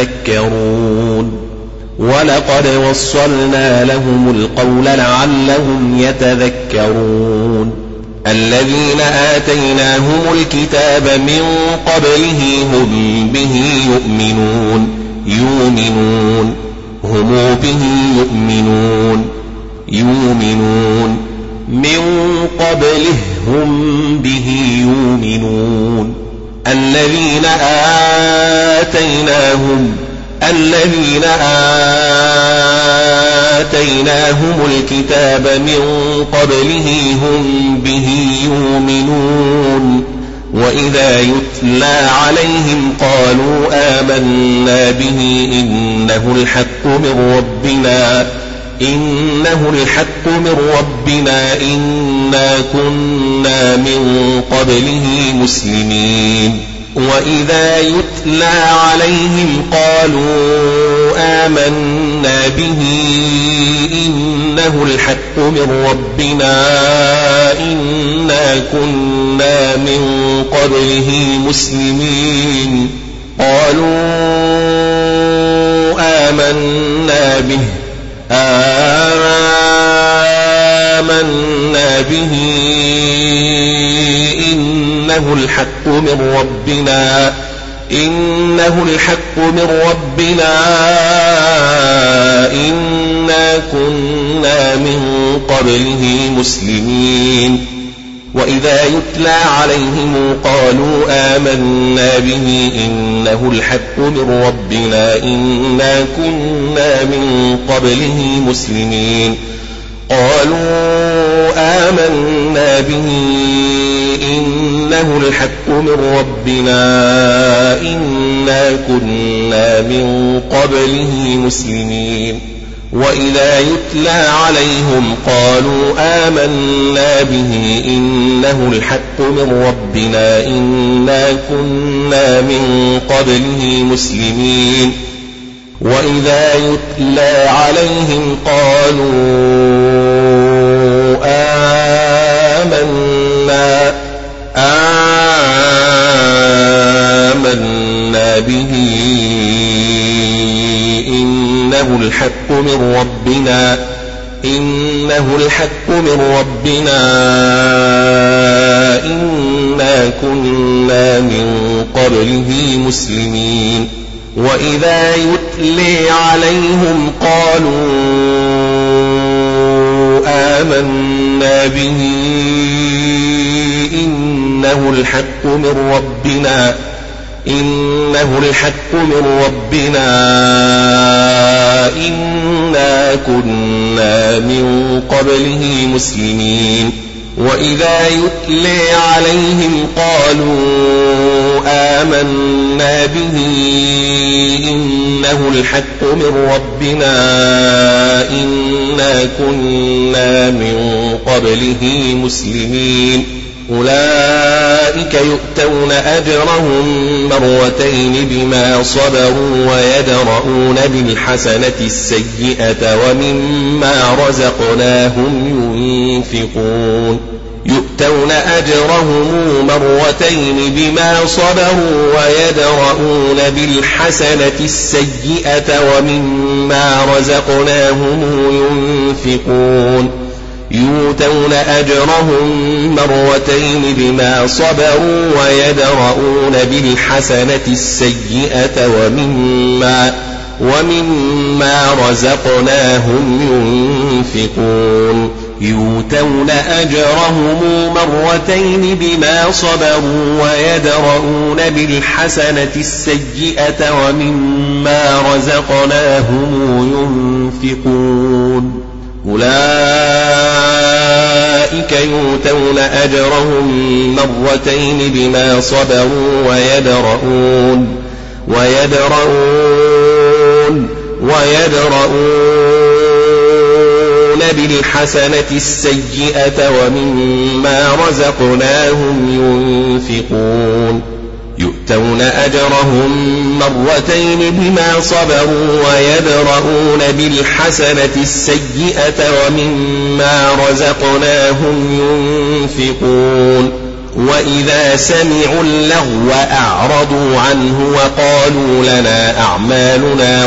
يتذكرون الذين آتيناهم الكتاب من قبله هم به يؤمنون من قبله هم به يؤمنون الذين آتيناهم الكتاب من قبله هم به يؤمنون وإذا يتلى عليهم قالوا آمنا به إنه الحق من ربنا إنا كنا من قبله مسلمين وإذا يتلى عليهم قالوا آمنا به إنه الحق من ربنا إنا كنا من قبله مسلمين قالوا آمنا به إنه الحق من ربنا إنا كنا من قبله مسلمين وإذا يتلى عليهم قالوا آمنا به إنه الحق من ربنا إنا كنا من قبله مسلمين قالوا آمنا به إنه الحق من ربنا إنا كنا من قبله مسلمين وإذا يتلى عليهم قالوا آمنا به إنه الحق من ربنا إنا كنا من قبله مسلمين وإذا يتلى عليهم قالوا آمنا به إنه الحق من ربنا إنا كنا من قبله مسلمين وإذا يتلى عليهم قالوا آمنا به إنه الحق من ربنا إنا كنا من قبله مسلمين وإذا يتلى عليهم قالوا آمنا به إنه الحق من ربنا إنا كنا من قبله مسلمين أولئك يؤتون أجرهم مرتين بما صبروا ويدرؤون بالحسنة السيئة ومما رزقناهم ينفقون يؤتون أجرهم مرتين بما صبروا ويدرؤون بالحسنة السيئة ومما رزقناهم ينفقون يؤتون أجرهم مرتين بما صبروا ويدرؤون بالحسنة السيئة ومما رزقناهم ينفقون يؤتون أجرهم مرتين بما صبروا ويدرؤون بالحسنة السيئة ومما رزقناهم ينفقون أولئك يؤتون أجرهم مرتين بما صبروا ويدرؤون بالحسنة السيئة ومما رزقناهم ينفقون يؤتون أجرهم مرتين بما صبروا ويدرؤون بالحسنة السيئة ومما رزقناهم ينفقون وإذا سمعوا اللغو أعرضوا عنه وقالوا لنا أعمالنا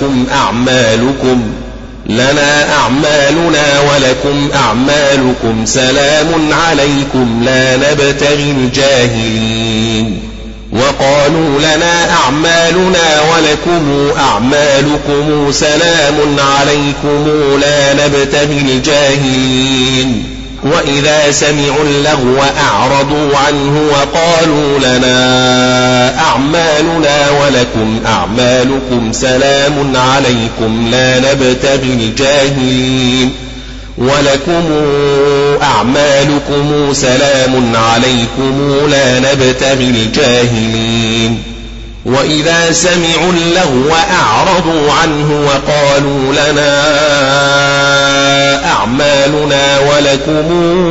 ولكم أعمالكم سلام عليكم لا نبتغي الجاهلين وقالوا لنا أعمالنا ولكم أعمالكم سلام عليكم لا نبتغي الجاهلين وإذا سمعوا اللغو أعرضوا عنه وقالوا لنا أعمالنا ولكم أعمالكم سلام عليكم لا نبتغي الجاهلين ولكم أعمالكم سلام عليكم لا نبتغي الجاهلين وإذا سمعوا اللغو أعرضوا عنه وقالوا لنا أعمالنا ولكم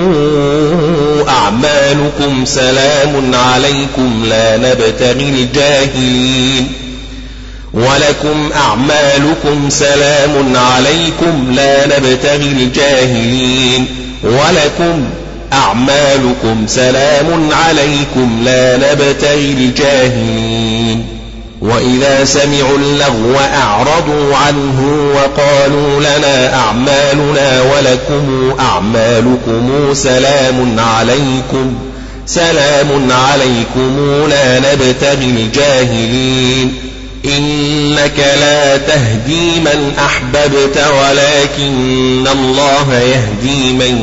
أعمالكم سلام عليكم لا نبتغي الجاهلين ولكم أعمالكم سلام عليكم لا نبتغي الجاهلين ولكم أعمالكم سلام عليكم لا نبتغي الجاهلين وإذا سمعوا اللغو أعرضوا عنه وقالوا لنا أعمالنا ولكم أعمالكم سلام عليكم لا نبتغي الجاهلين إنك لا تهدي من أحببت ولكن الله يهدي من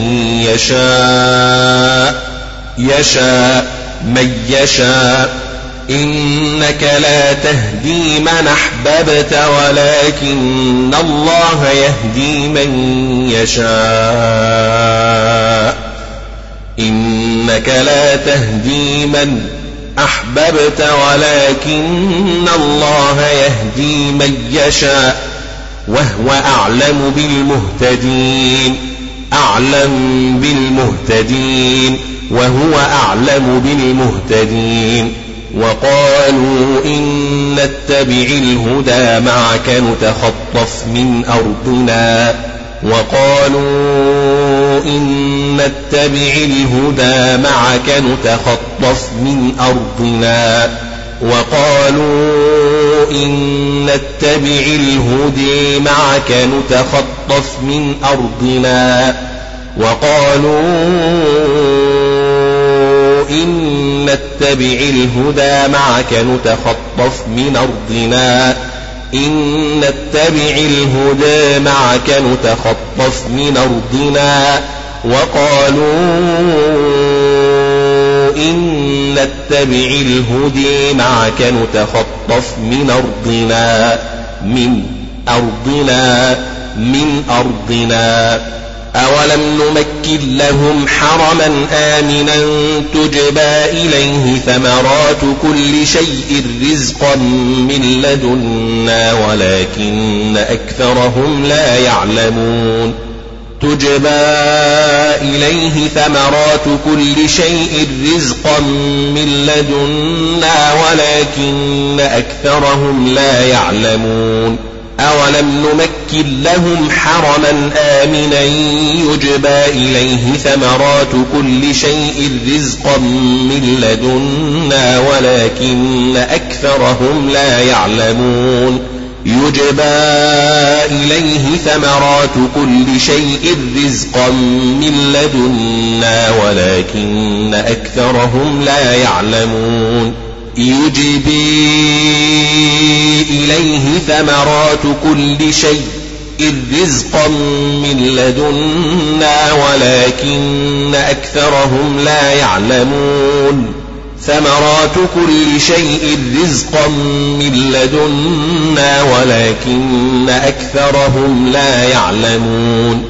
يشاء إنك لا تهدي من أحببت ولكن الله يهدي من يشاء إنك لا تهدي من أحببت ولكن الله يهدي من يشاء وهو أعلم بالمهتدين وقالوا إن نتبع الهدى معك نتخطف من أرضنا وقالوا إن نتبع الهدى معك نتخطف من أرضنا أولم نمكن لهم حرما آمنا تجبى إليه ثمرات كل شيء رزقا من لدنا ولكن أكثرهم لا يعلمون أولم نمكن لهم حرما آمنا يجبى إليه ثمرات كل شيء رزقا من لدنا ولكن أكثرهم لا يعلمون يجبى إليه ثمرات كل شيء رزقا من لدنا ولكن أكثرهم لا يعلمون يجبى إليه ثمرات كل شيء رزقا من لدنا ولكن أكثرهم لا يعلمون ثمرات كل شيء رزقا من لدنا ولكن أكثرهم لا يعلمون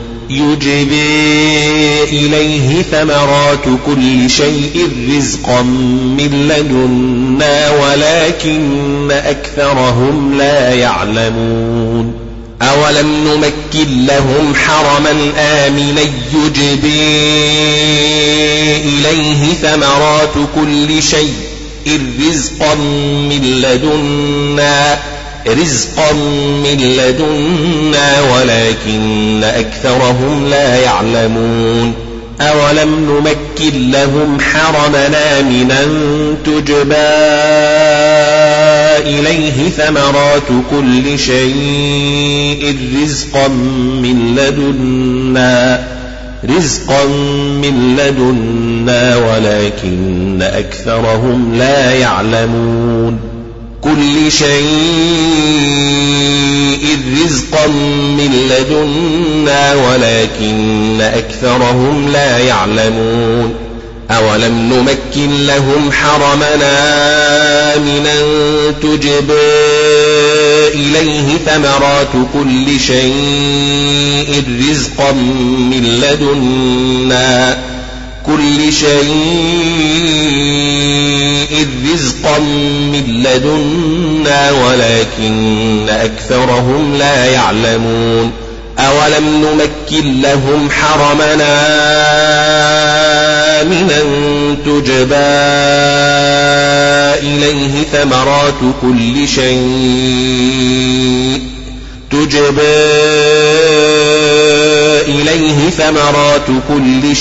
يجبى إليه ثمرات كل شيء رزقا من لدنا ولكن أكثرهم لا يعلمون أولم نمكن لهم حرما آمنا يجبى إليه ثمرات كل شيء رزقا من لدنا ولكن أكثرهم لا يعلمون أولم نمكن لهم حرما آمنا تجبى إليه ثمرات كل شيء رزقا من لدنا ولكن أكثرهم لا يعلمون كل شيء رزقا من لدنا ولكن أكثرهم لا يعلمون أولم نمكن لهم حرمنا آمنا تجبى إليه ثمرات كل شيء رزقا من لدنا ولكن أكثرهم لا يعلمون أولم نمكن لهم حرمنا آمنا تجبى إليه ثمرات كل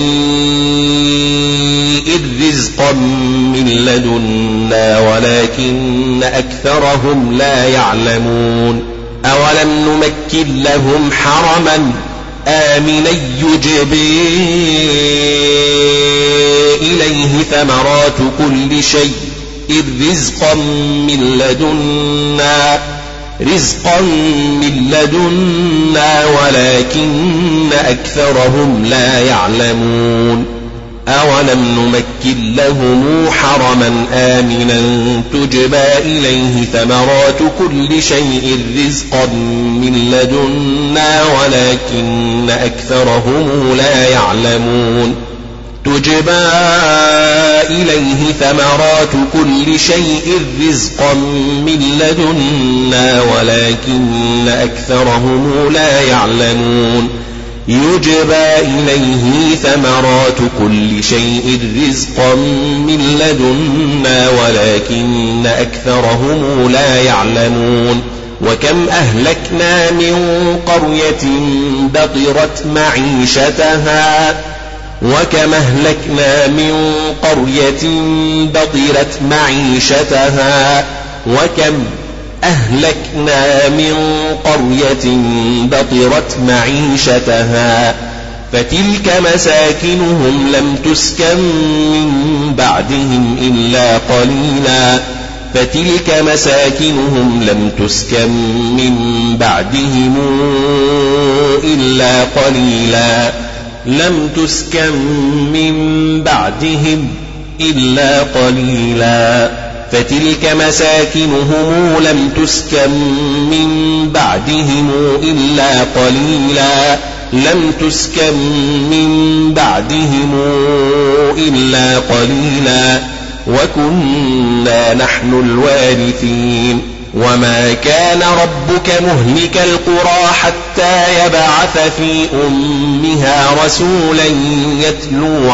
شيء رزقا من لدنا ولكن أكثرهم لا يعلمون أولم نمكن لهم حرما آمنا يجبى إليه ثمرات كل شيء رزقا من لدنا ولكن أكثرهم لا يعلمون أولم نمكن لهم حرما آمنا تجبى إليه ثمرات كل شيء رزقا من لدنا ولكن أكثرهم لا يعلمون تجبى إليه ثمرات كل شيء رزقا من لدنا ولكن أكثرهم لا يعلمون يجبى إليه ثمرات كل شيء رزقا من لدنا ولكن أكثرهم لا يعلمون وكم أهلكنا من قرية بطرت معيشتها وكم أهلكنا من قرية بطرت معيشتها فتلك مساكنهم لم تسكن من بعدهم إلا قليلا فتلك مساكنهم لم تسكن من بعدهم إلا قليلا وكنا نحن الوارثين وما كان ربك مهلك القرى حتى يبعث في أمها رسولا يتلو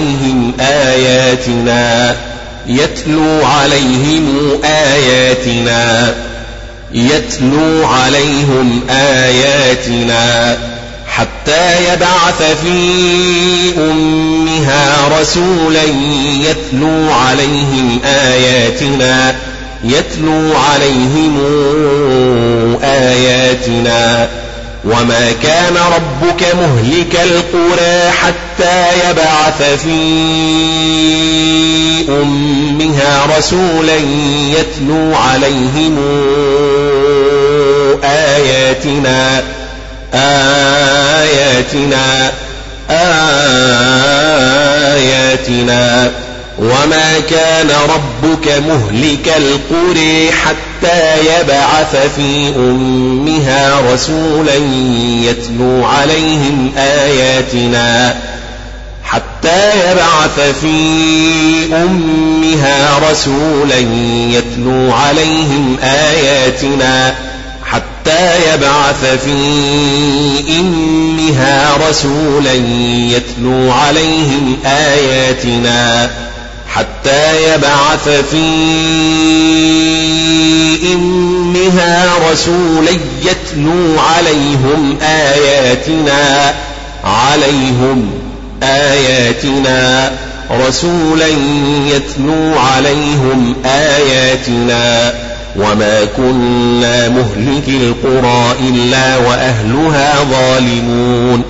عليهم آياتنا حتى يبعث في أمها رسولا يتلو عليهم وما كان ربك مهلك القرى حتى يبعث في أمها رسولا يتلو عليهم آياتنا وما كان ربك مهلك القرى حتى يبعث في أمها رسولا يتلو عليهم آياتنا وما كنا مهلك القرى إلا وأهلها ظالمون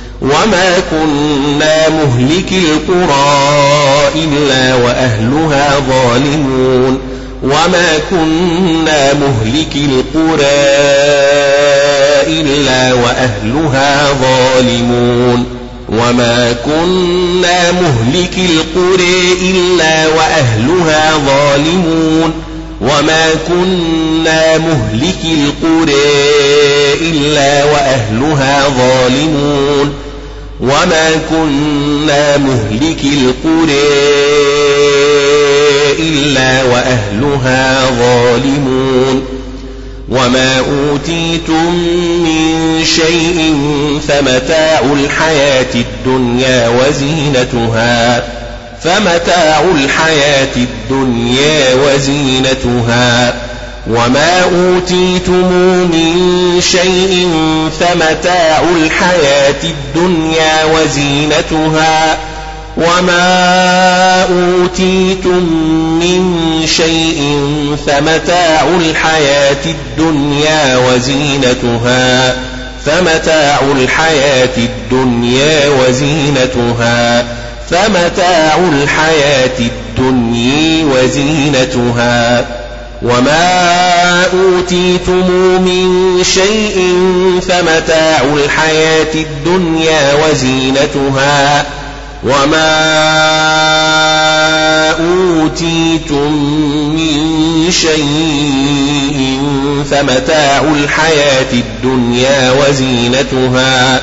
وما أوتيتم من شيء فمتاع الحياة الدنيا وزينتها وما أوتيتم من شيء فمتاع الحياة الدنيا وزينتها وما أوتيتم من شيء فمتاع الحياة الدنيا وزينتها وما أوتيتم من شيء فمتاع الحياة الدنيا وزينتها وما أوتيتم من شيء فمتاع الحياة الدنيا وزينتها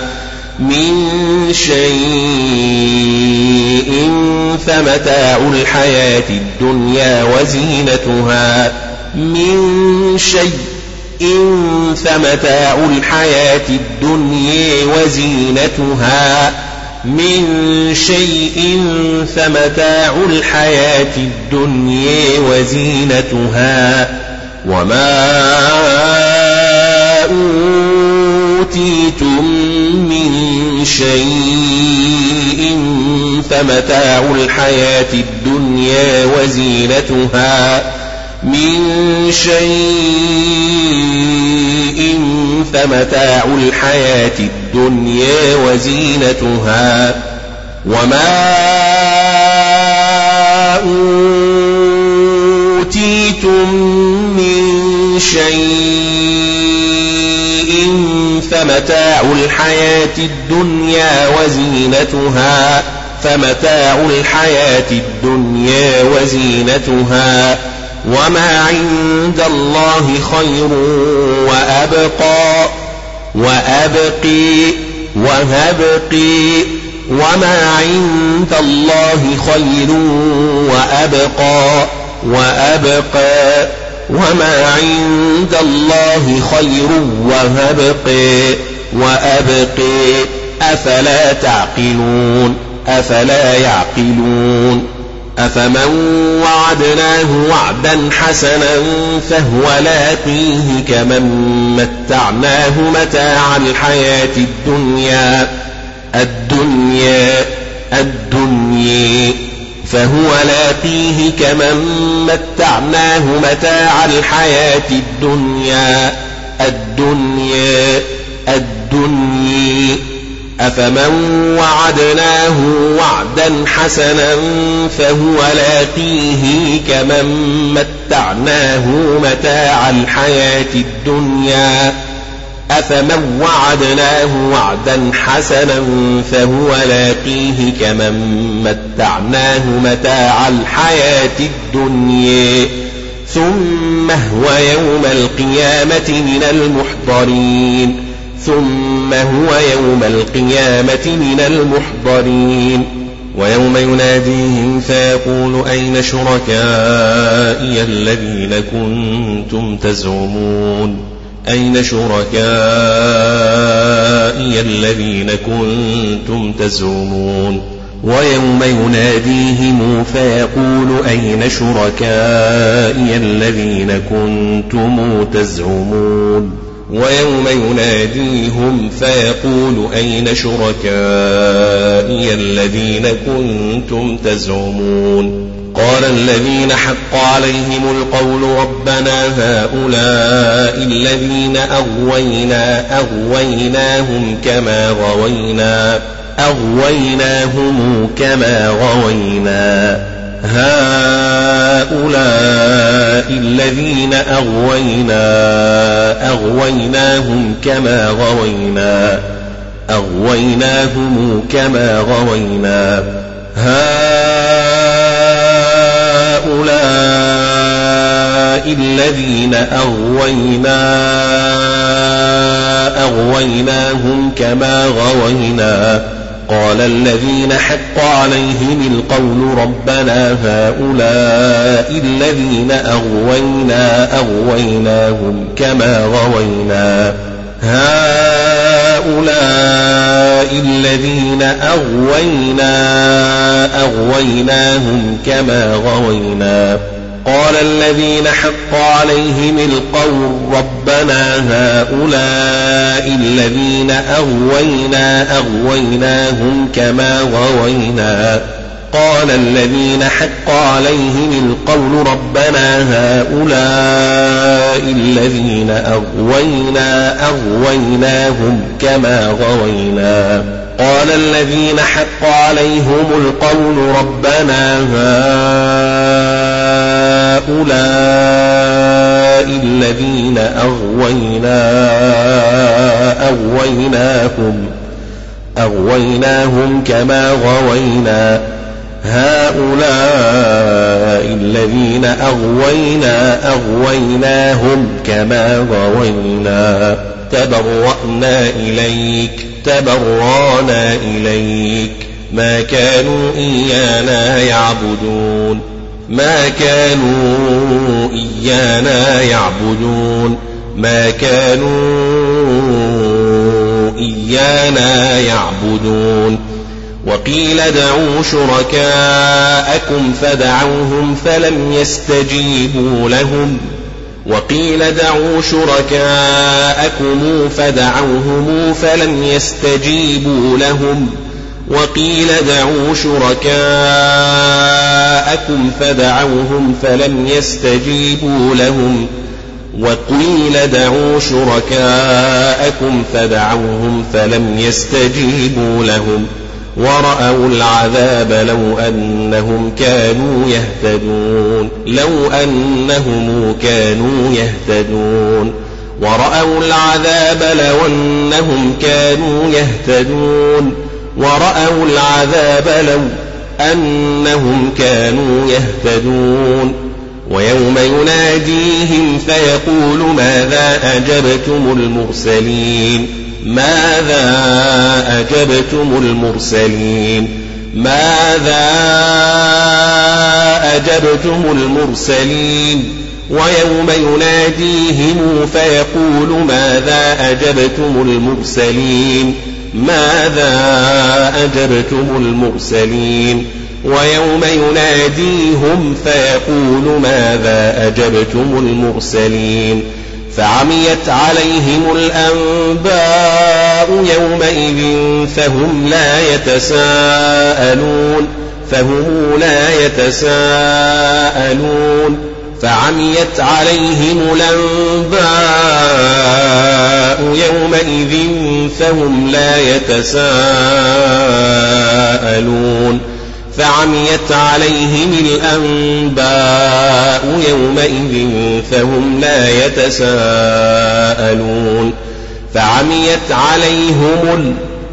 وما عند الله خير وأبقى وهبقي وما عند الله خير وأبقى وما عند الله خير وأبقي أفلا يعقلون أفمن وعدناه وعدا حسنا فهو لاقيه كمن متعناه متاع الحياة الدنيا فهو لاقيه كمن متعناه متاع الحياة الدنيا الدنيا أفمن وعدناه وعدا حسنا فهو لاقيه كمن متعناه متاع الحياة الدنيا أفمن وعدناه وعدا حسنا فهو لاقيه كمن متعناه متاع الحياة الدنيا ثم هو يوم القيامة من المحضرين ويوم يناديهم فيقول أين شركائي الذين كنتم تزعمون ويوم يناديهم فيقول أين شركائي الذين كنتم تزعمون قال الذين حق عليهم القول ربنا هؤلاء الذين أغويناهم كما غوينا هؤلاء الذين أغويناهم كما غوينا هؤلاء الذين أغويناهم كما غوينا قال الذين حق عليهم القول ربنا هؤلاء الذين أغويناهم كما غوينا قال الذين حق عليهم القول ربنا هؤلاء الذين أغويناهم كما غوينا قال الذين حق عليهم القول ربنا هؤلاء الذين أغويناهم كما غوينا قال الذين حق عليهم القول ربنا هؤلاء الذين أغويناهم كما غوينا هؤلاء الذين أغويناهم كما غوينا تبرأنا إليك ما كانوا إيانا يعبدون وقيل ادعوا شركاءكم فدعوهم فلم يستجيبوا لهم وقيل ادعوا شركاءكم فدعوهم فلم يستجيبوا لهم ورأوا العذاب لو أنهم كانوا يهتدون ورأوا العذاب لو أنهم كانوا يهتدون ويوم يناديهم فيقول ماذا أجبتم المرسلين ويوم يناديهم فيقول ماذا أجبتم المرسلين ويوم يناديهم فيقول ماذا أجبتم المرسلين فعميت عليهم الأنباء يومئذ فهم لا يتساءلون فعميت عليهم الأنباء يومئذ فهم لا يتساءلون فعميت عليهم الأنباء يومئذ فهم لا يتساءلون فعميت عليهم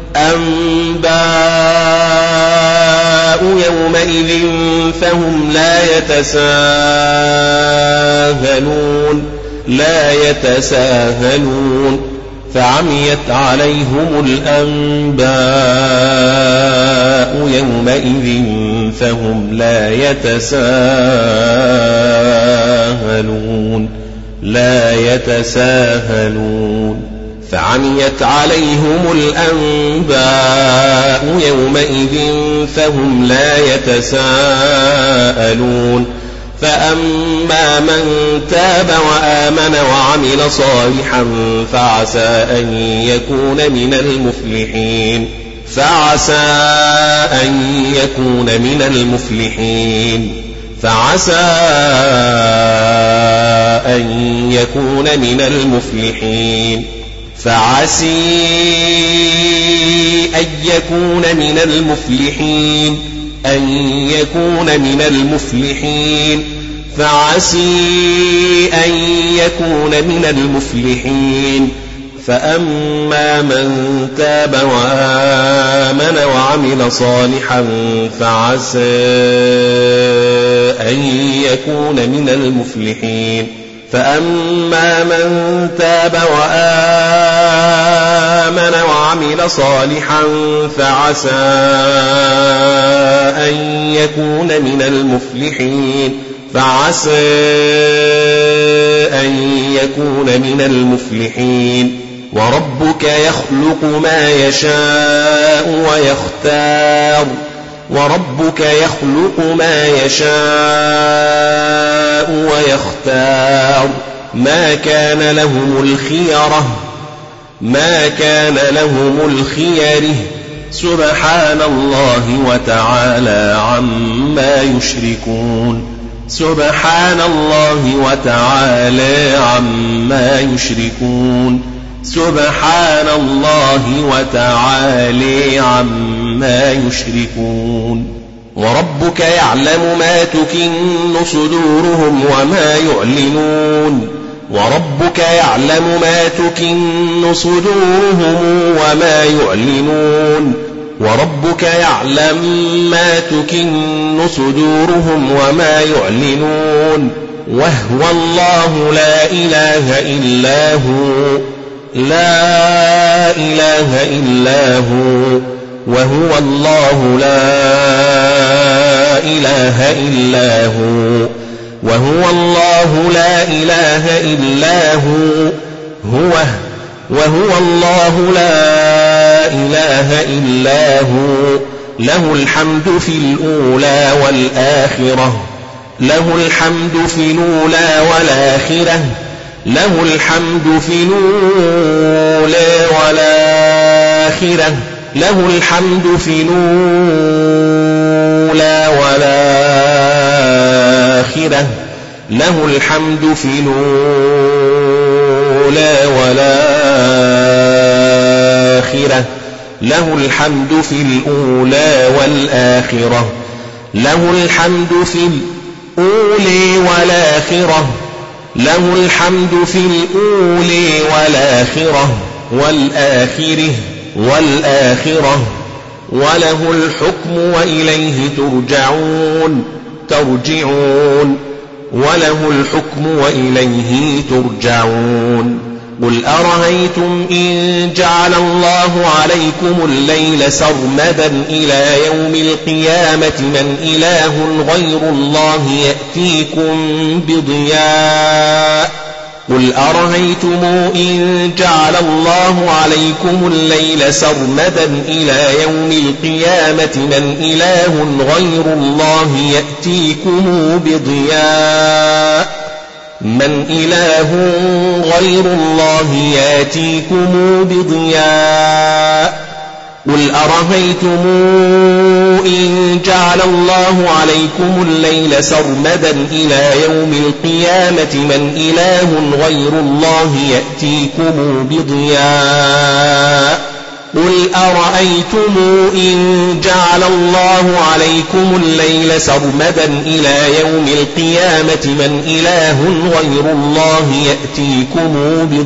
الأنباء يومئذ فهم لا يتساهلون فعميت عليهم الأنباء يومئذ فهم لا يتساهلون فعميت عليهم الأنباء يومئذ فهم لا يتساءلون فأما من تاب وآمن وعمل صالحا فعسى أن يكون من المفلحين فعسي أن يكون من المفلحين فأما من تاب وآمن وعمل صالحا فعسى أن يكون من المفلحين وربك يخلق ما يشاء ويختار ما كان لهم الخيرة سبحان الله وتعالى عما يشركون وربك يعلم ما تكن صدورهم وما يعلنون وهو الله لا إله إلا هو وهو الله لا إله إلا هو له الحمد في الأولى والآخرة له الحمد في الأولى والآخرة وله الحكم وإليه ترجعون قل أرأيتم إن جعل الله عليكم الليل سرمدا إلى يوم القيامة من إله غير الله يأتيكم بضياء قل أرأيتم إن جعل الله عليكم الليل سرمدا إلى يوم القيامة من إله غير الله يأتيكم بضياء قل أرأيتم إن جعل الله عليكم الليل سرمدا إلى يوم القيامة من إله غير الله يأتيكم بضياء قل أرأيتم إن جعل الله عليكم الليل سرمدا إلى يوم القيامة من إله غير الله يأتيكم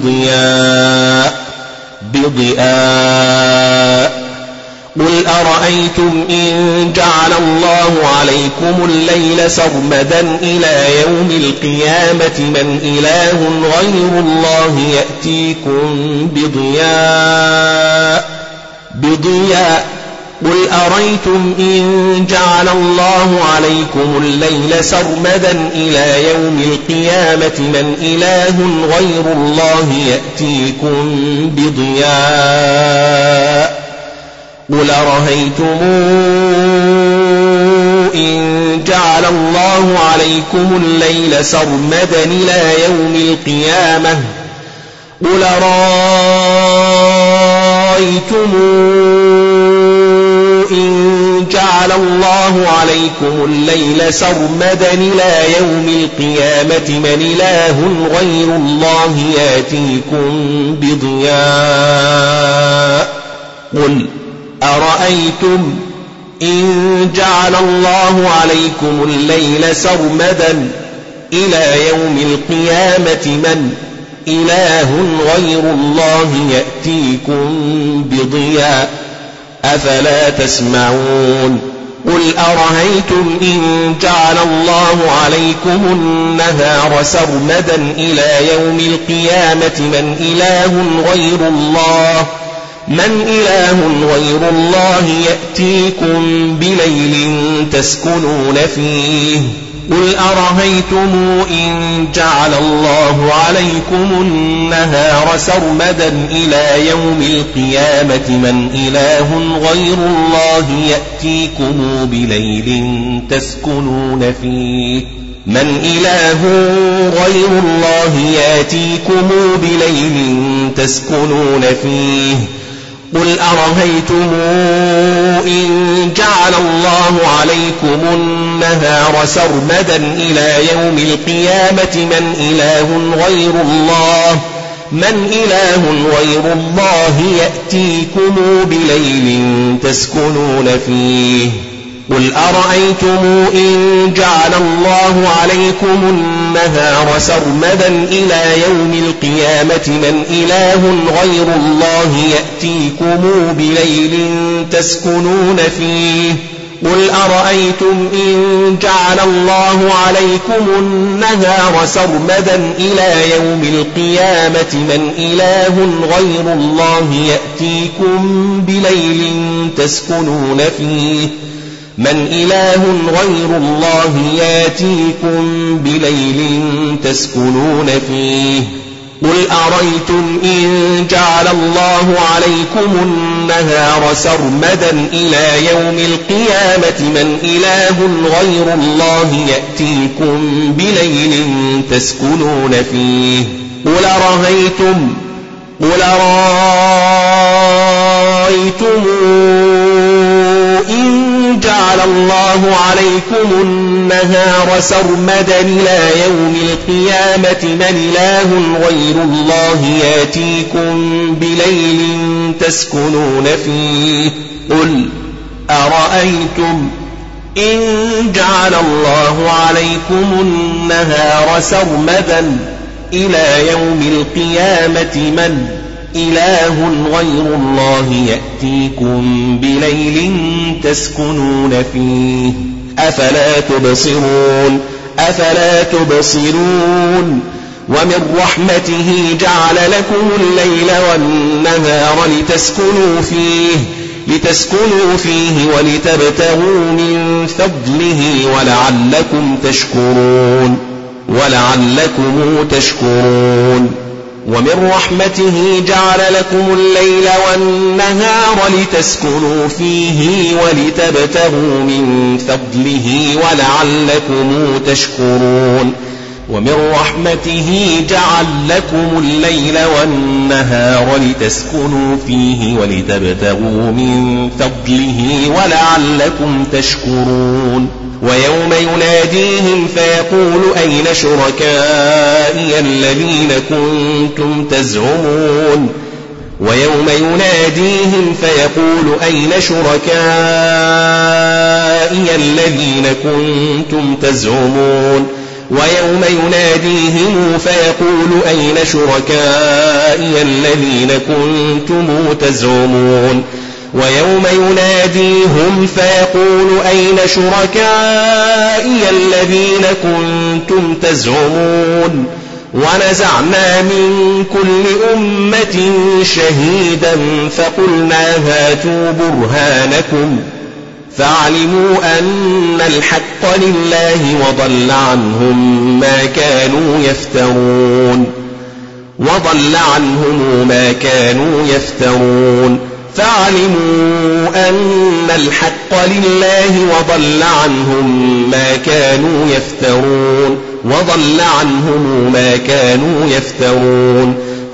بضياء قل أرأيتم إن جعل الله عليكم الليل سرمدا إلى يوم القيامة من إله غير الله يأتيكم بضياء قل أرأيتم إن جعل الله عليكم الليل سرمدا إلى يوم القيامة من إله غير الله يأتيكم بضياء قل أرأيتم إن جعل الله عليكم الليل سرمدا إلى يوم القيامة قل أرأيتم إن جعل الله عليكم الليل سرمدا إلى يوم القيامة من إله غير الله يأتيكم بضياء قل أرأيتم إن جعل الله عليكم الليل سرمدا إلى يوم القيامة من إله غير الله يأتيكم بضياء أفلا تسمعون قل أرأيتم إن جعل الله عليكم النهار سرمدا إلى يوم القيامة من إله غير الله يأتيكم بليل تسكنون فيه قل أرأيتم إن جعل الله عليكم النهار سرمدا إلى يوم القيامة من إله غير الله يأتيكم بليل تسكنون فيه قل أرأيتم إن جعل الله عليكم النهار سرمدا إلى يوم القيامة من إله غير الله يأتيكم بليل تسكنون فيه قل أرأيتم إن جعل الله عليكم النهار سرمدا إلى يوم القيامة من إله غير الله يأتيكم بليل تسكنون فيه قل أرأيتم إن جعل الله عليكم النهار سرمدا إلى يوم القيامة من إله غير الله يأتيكم بليل تسكنون فيه قل أرأيتم إن جعل الله عليكم النهار سرمدا إلى يوم القيامة من إله غير الله يأتيكم بليل تسكنون فيه قل أرأيتم إن جعل الله عليكم النهار سرمدا إلى يوم القيامة من إله غير الله يأتيكم بليل تسكنون فيه قل أرأيتم إن جعل الله عليكم النهار سرمدا إلى يوم القيامة من إله غير الله يأتيكم بليل تسكنون فيه أفلا تبصرون ومن رحمته جعل لكم الليل والنهار لتسكنوا فيه ولتبتغوا من فضله ولعلكم تشكرون ومن رحمته جعل لكم الليل والنهار لتسكنوا فيه ولتبتغوا من فضله ولعلكم تشكرون ومن رحمته جعل لكم الليل والنهار لتسكنوا فيه ولتبتغوا من فضله ولعلكم تشكرون ويوم يناديهم فيقول أين شركائي الذين كنتم تزعمون ويوم يناديهم فيقول أين شركائي الذين كنتم تزعمون ويوم يناديهم فيقول أين شركائي الذين كنتم تزعمون ويوم يناديهم فيقول أين شركائي الذين كنتم تزعمون ونزعنا من كل أمة شهيدا فقلنا هاتوا برهانكم فعلموا أن الحق لله وضل عنهم ما كانوا يفترون فعلموا أن الحق لله وضل عنهم ما كانوا يفترون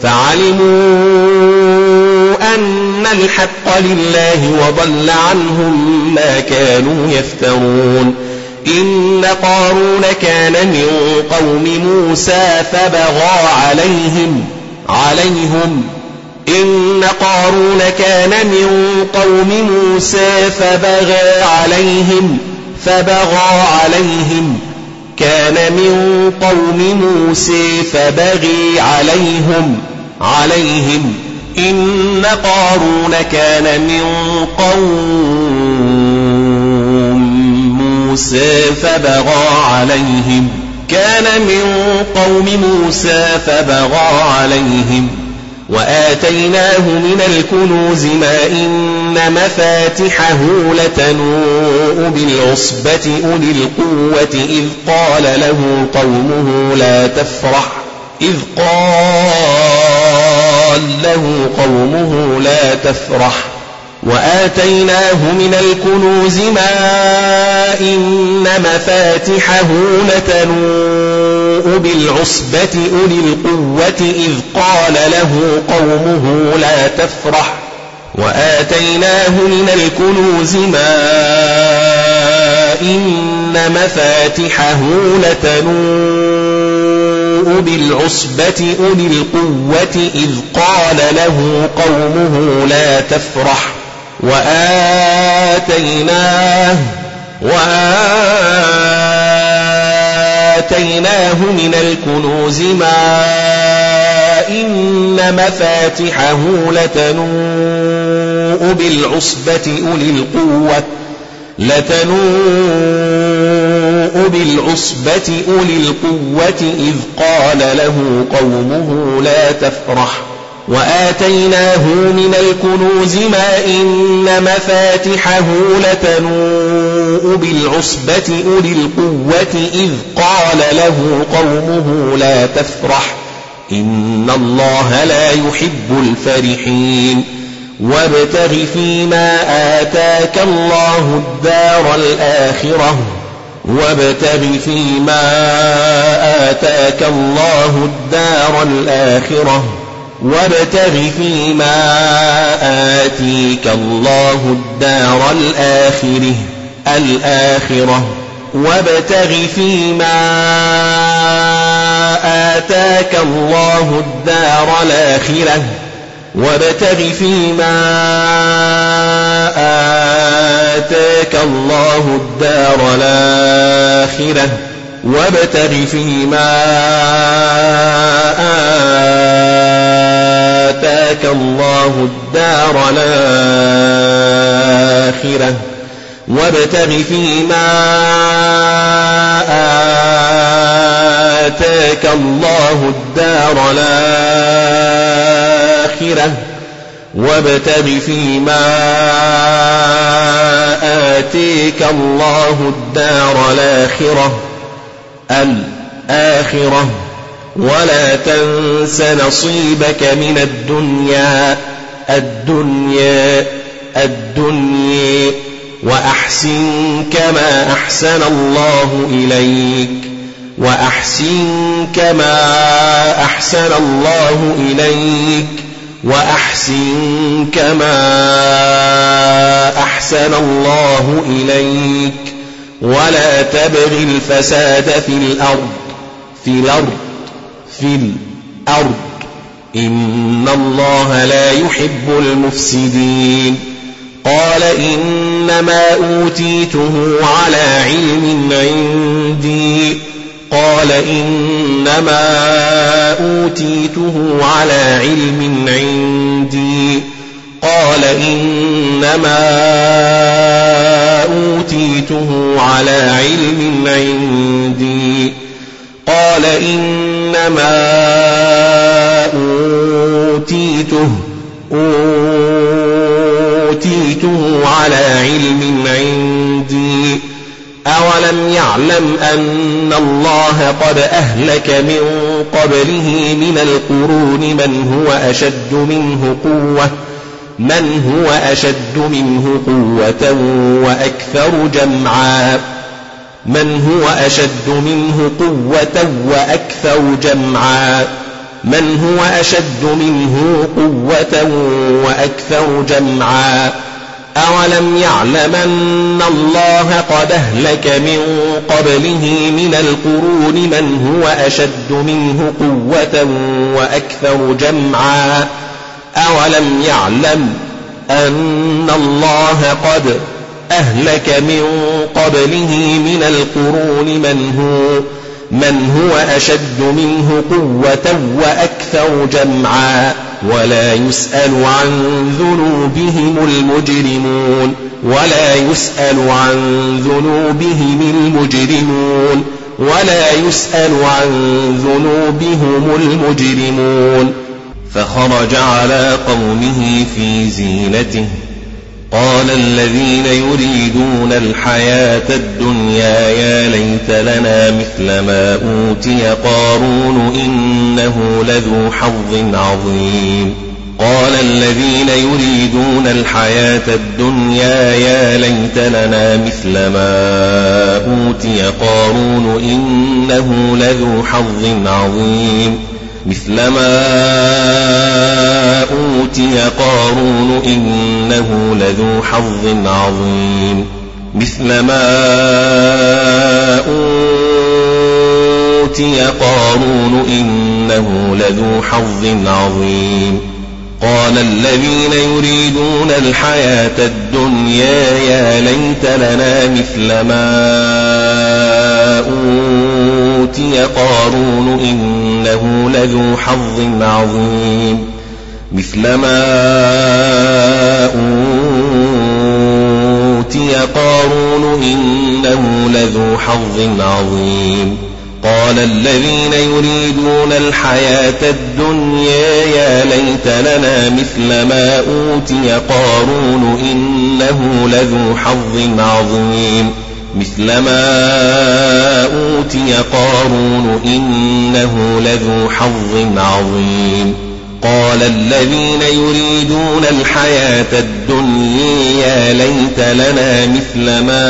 فعلموا أن الحق لله وضل عنهم ما كانوا يفترون إن قارون كان من قوم موسى فبغى عليهم وآتيناه من الكنوز ما إن مفاتحه لتنوء بالعصبة أولي القوة إذ قال له قومه لا تفرح وآتيناه من الكنوز ما إن مفاتحه لتنوء بالعصبة أولي القوة إذ قال له قومه لا تفرح وآتيناه من الكنوز ما إن مفاتحه لتنوء بالعصبة أولي القوة إذ قال له قومه لا تفرح وآتيناه من الكنوز ما إن مفاتحه لتنوء بالعصبة أولي القوة إذ قال له قومه لا تفرح وآتيناه من الكنوز ما إن مفاتحه لتنوء بالعصبة أولي القوة إذ قال له قومه لا تفرح إن الله لا يحب الفرحين وابتغ فيما آتاك الله الدار الآخرة وابتغ فيما آتيك الله الدار الآخرة وابتغ فيما آتاك الله الدار الآخرة وابتغ فيما آتاك الله الدار الآخرة وابتغ فيما آتاك الله الدار الآخرة وابتغ فيما آتاك الله الدار الآخرة وابتغ فيما آتيك الله الدار الآخرة ولا تنس نصيبك من الدنيا وأحسن كما أحسن الله إليك وأحسن كما أحسن الله إليك وأحسن كما أحسن الله إليك ولا تبغ الفساد في الأرض إن الله لا يحب المفسدين. قال إنما أوتيته على علم عندي قال إنما أوتيته على علم عندي قال إنما أوتيته على علم عندي قال إنما أوتيته على علم عندي أولم يعلم أن الله قد أهلك من قبله من القرون من هو أشد منه قوة وأكثر جمعا من هو أشد منه قوة وأكثر جمعا أولم يعلم أن الله قد أهلك من قبله من القرون من هو أشد منه قوة وأكثر جمعا أولم يعلم أن الله قد أهلك من قبله من القرون من هو أشد منه قوة وأكثر جمعا ولا يسأل عن ذنوبهم المجرمون فخرج على قومه في زينته قال الذين يريدون الحياة الدنيا يا ليت لنا مثل ما أوتي قارون إنه لذو حظ عظيم قال الذين يريدون الحياة الدنيا يا ليت لنا مثل ما أوتي قارون إنه لذو حظ عظيم مثل ما أوتي قارون إنه لذو حظ عظيم مثل ما أوتي قارون إنه لذو حظ عظيم قال الذين يريدون الحياة الدنيا يا ليت لنا مثل ما أوتي قارون إنه لذو حظ عظيم مثل ما أوتي قارون إنه لذو حظ عظيم قال الذين يريدون الحياة الدنيا يا ليت لنا مثل ما أوتي قارون إنه لذو حظ عظيم مثل ما أوتي قارون إنه لذو حظ عظيم قال الذين يريدون الحياة الدنيا يا ليت لنا مثل ما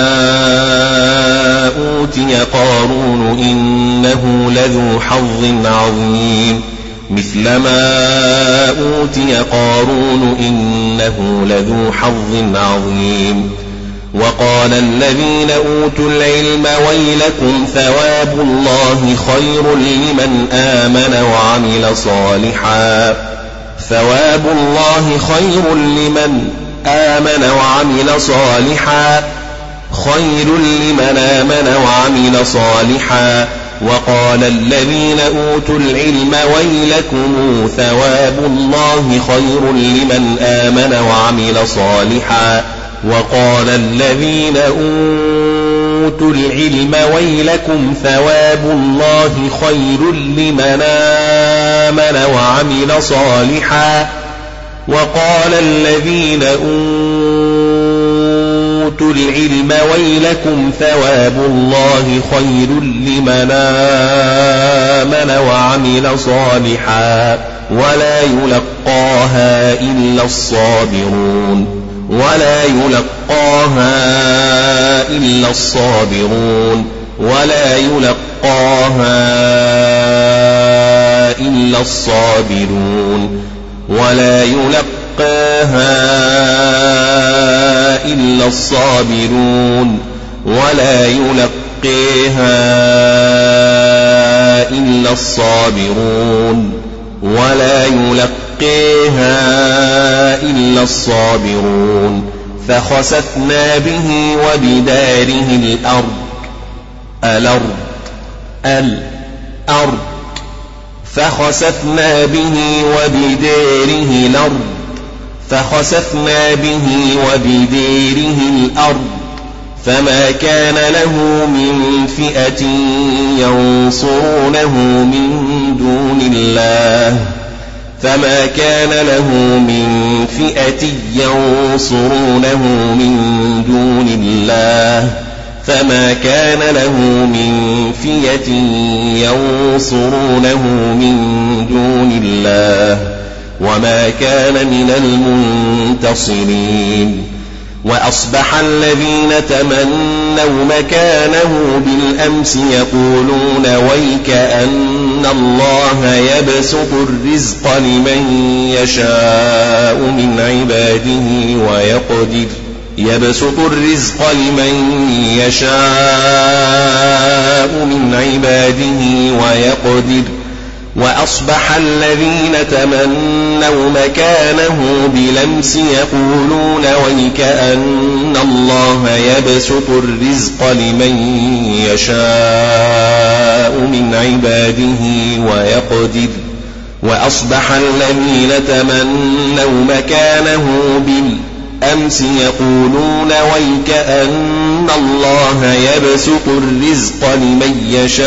أوتي قارون إنه لذو حظ عظيم مثل ما أوتي قارون إنه لذو حظ عظيم وقال الذين أوتوا العلم ويلكم ثواب الله خير لمن آمن وعمل صالحا ثواب الله خير لمن آمن وعمل صالحا وقال الذين أوتوا العلم ويلكم ثواب الله خير لمن آمن وعمل صالحا وقال الذين أوتوا العلم ويلكم ثواب الله خير لمن آمن وعمل صالحا وقال الذين أوتوا العلم ويلكم ثواب الله خير لمن آمن وعمل صالحا ولا يلقاها إلا الصابرون ولا يلقاها إلا الصابرون ولا يلقاها إلا الصابرون ولا يلقيها إلا الصابرون ولا يلقيها إلا الصابرون فخسفنا به وبداره الأرض فخسفنا به وبداره الأرض فما كان له من فئة ينصرونه من دون الله وما كان من المنتصرين وأصبح الذين تمنوا مكانه بالأمس يقولون ويك أن الله يبسط الرزق لمن يشاء من عباده ويقدر وأصبح الذين تمنوا مكانه بالأمس يقولون ويك أن الله يبسط الرزق لمن يشاء من عباده ويقدر وأصبح الذين تمنوا مكانه بالأمس يقولون ويك أن الله يبسط الرزق لمن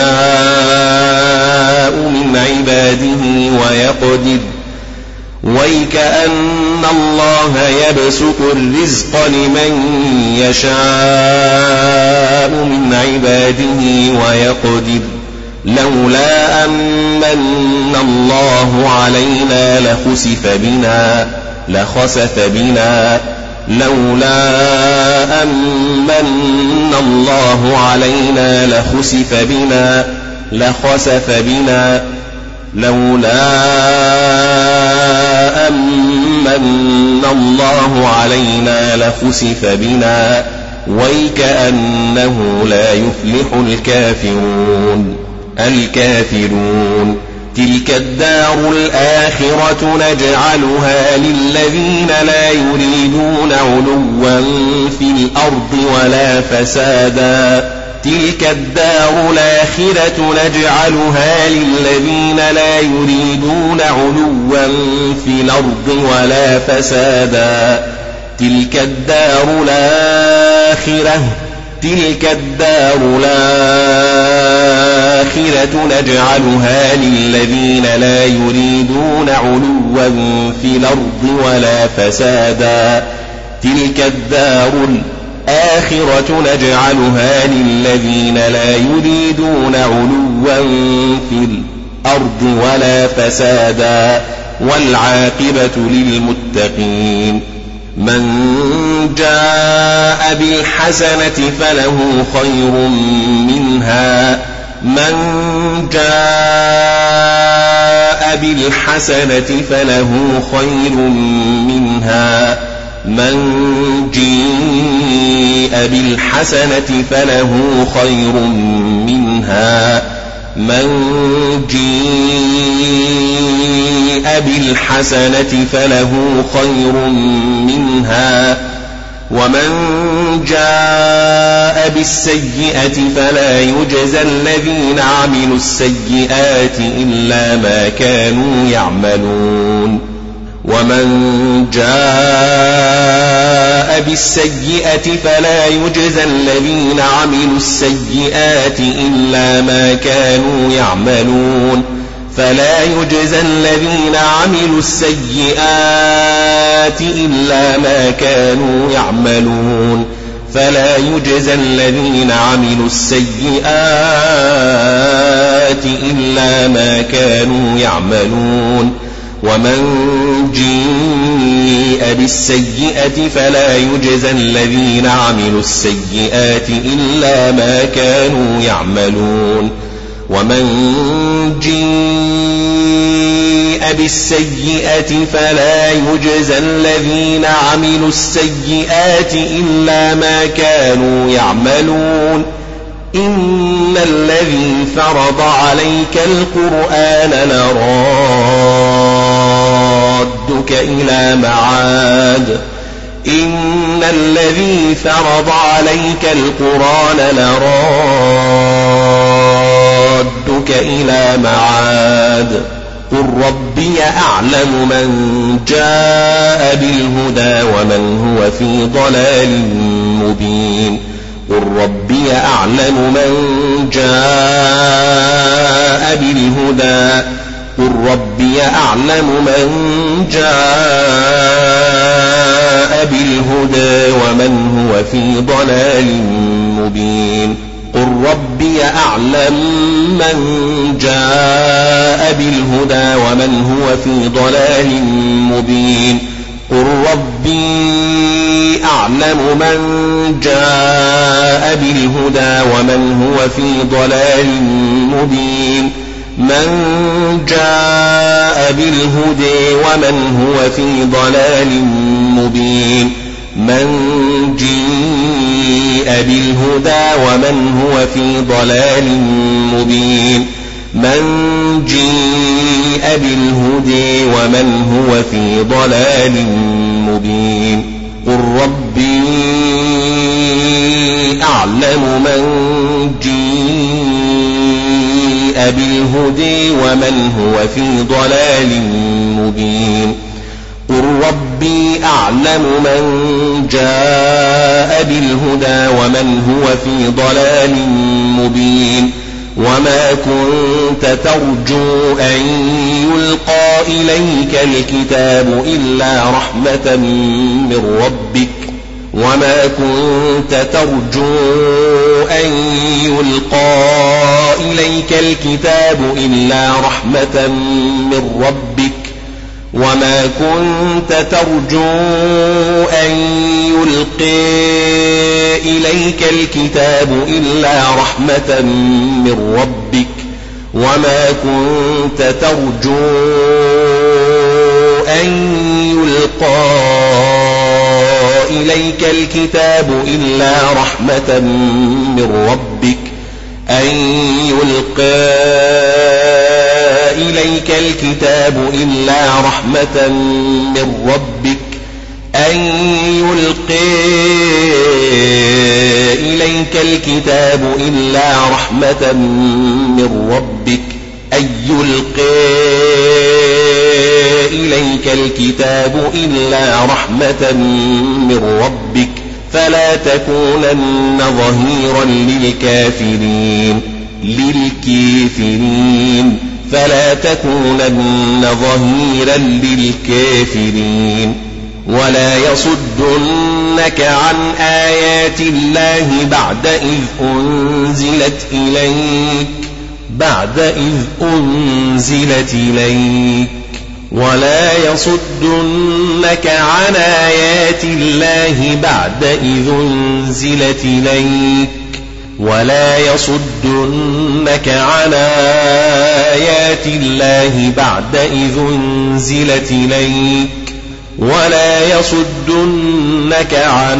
يشاء من عباده ويقدر لولا أمن الله علينا لخسف بنا ويكأنه لا يفلح الكافرون تلك الدار الآخرة نجعلها للذين لا يريدون علوا في الأرض ولا فسادا تلك الدار الآخرة نجعلها للذين لا يريدون علوا في الأرض ولا فسادا والعاقبة للمتقين من جاء بالحسنة فله خير منها من جيء بالحسنة فله خير منها ومن جاء بالسيئة فلا يجزى الذين عملوا السيئات إلا ما كانوا يعملون فلا يجزى الذين عملوا السيئات إلا ما كانوا يعملون ومن جيء بالسيئة فلا يجزى الذين عملوا السيئات إلا ما كانوا يعملون ومن جيء بالسيئة فلا يجزى الذين عملوا السيئات إلا ما كانوا يعملون إن الذي فرض عليك القرآن لرادك إلى معاد إن الذي فرض عليك القرآن لرادك إلى معاد قل ربي أعلم من جاء بالهدى ومن هو في ضلال مبين قل ربي أعلم من جاء بالهدى قل ربي أعلم من جاء بالهدى ومن هو في ضلال مبين قل ربي أعلم من جاء بالهدى ومن هو في ضلال مبين قل ربي أعلم من جاء بالهدى ومن هو في ضلال مبين من جاء بالهدى ومن هو في ضلال مبين من جيء بالهدى ومن هو في ضلال مبين من جيء بالهدى ومن هو في ضلال مبين قل ربي أعلم من جيء بالهدى ومن هو في ضلال مبين قل ربي أعلم من جاء بالهدى ومن هو في ضلال مبين وما كنت ترجو أن يلقى إليك الكتاب إلا رحمة من ربك وما كنت ترجو أن يلقى إليك الكتاب إلا رحمة من ربك وما كنت ترجو أن يلقي إليك الكتاب إلا رحمة من ربك وما كنت ترجو أن يلقى إليك الكتاب إلا رحمة من ربك أن يلقى إليك الكتاب إلا رحمة من ربك أن يلقي إليك الكتاب إلا رحمة من ربك أن يلقي إليك الكتاب إلا رحمة من ربك فلا تكونن ظهيرا للكافرين فلا تكونن ظهيرا للكافرين ولا يصدنك عن آيات الله بعد إذ أنزلت إليك ولا يصدنك عن آيات الله بعد إذ أنزلت إليك ولا يصدنك عن آيات الله بعد إذ أنزلت إليك ولا يصدنك عن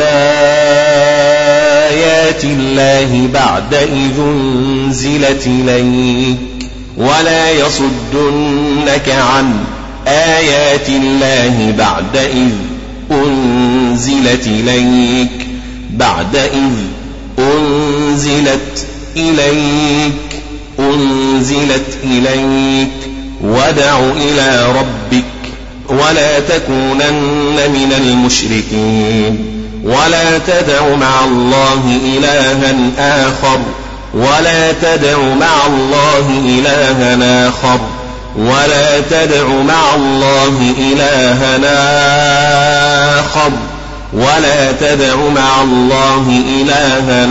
آيات الله بعد إذ أنزلت إليك ولا يصدنك عن آيات الله بعد إذ أنزلت إليك بعد إذ أنزلت إليك وادع إلى ربك ولا تكونن من المشركين ولا تدع مع الله إلها آخر ولا تدع مع الله إلها آخر ولا تدع مع الله إلها آخر ولا تدع مع الله إلها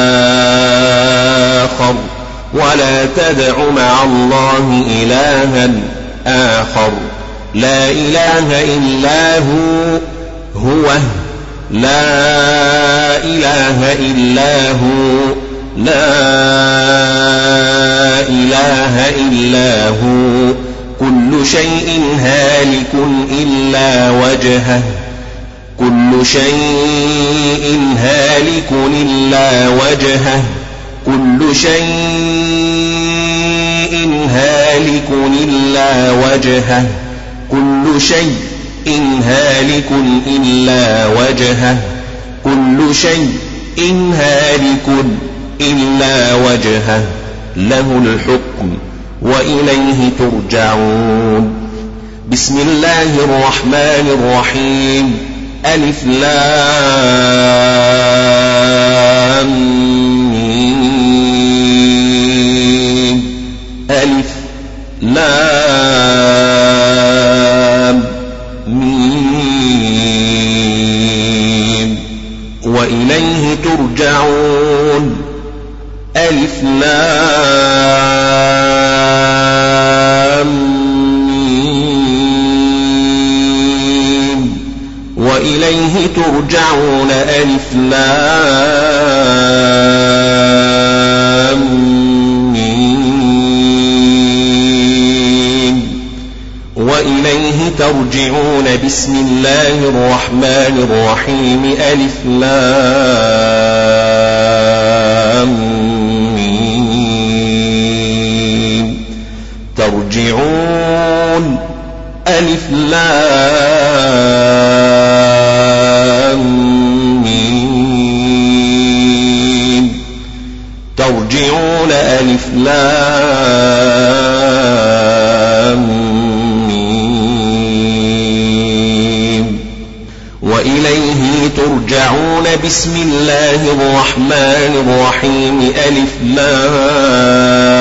آخر ولا تدع مع الله إلها آخر لا إله إلا هو هو لا إله إلا هو لا إله إلا هو كل شيء هالك إلا وجهه كل شيء هالك إلا وجهه كل شيء هالك إلا وجهه كل شيء هالك إلا وجهه كل شيء هالك إلا وجهه له الحكم وإليه ترجعون. بسم الله الرحمن الرحيم. ألف لام ميم ألف لام ميم وإليه ترجعون. ألف لام ميم وإليه ترجعون. ألف لام ميم وإليه ترجعون. بسم الله الرحمن الرحيم. ألف لام ترجعون. ألف لام ميم ترجعون. ألف لام ميم وإليه ترجعون. بسم الله الرحمن الرحيم. ألف لام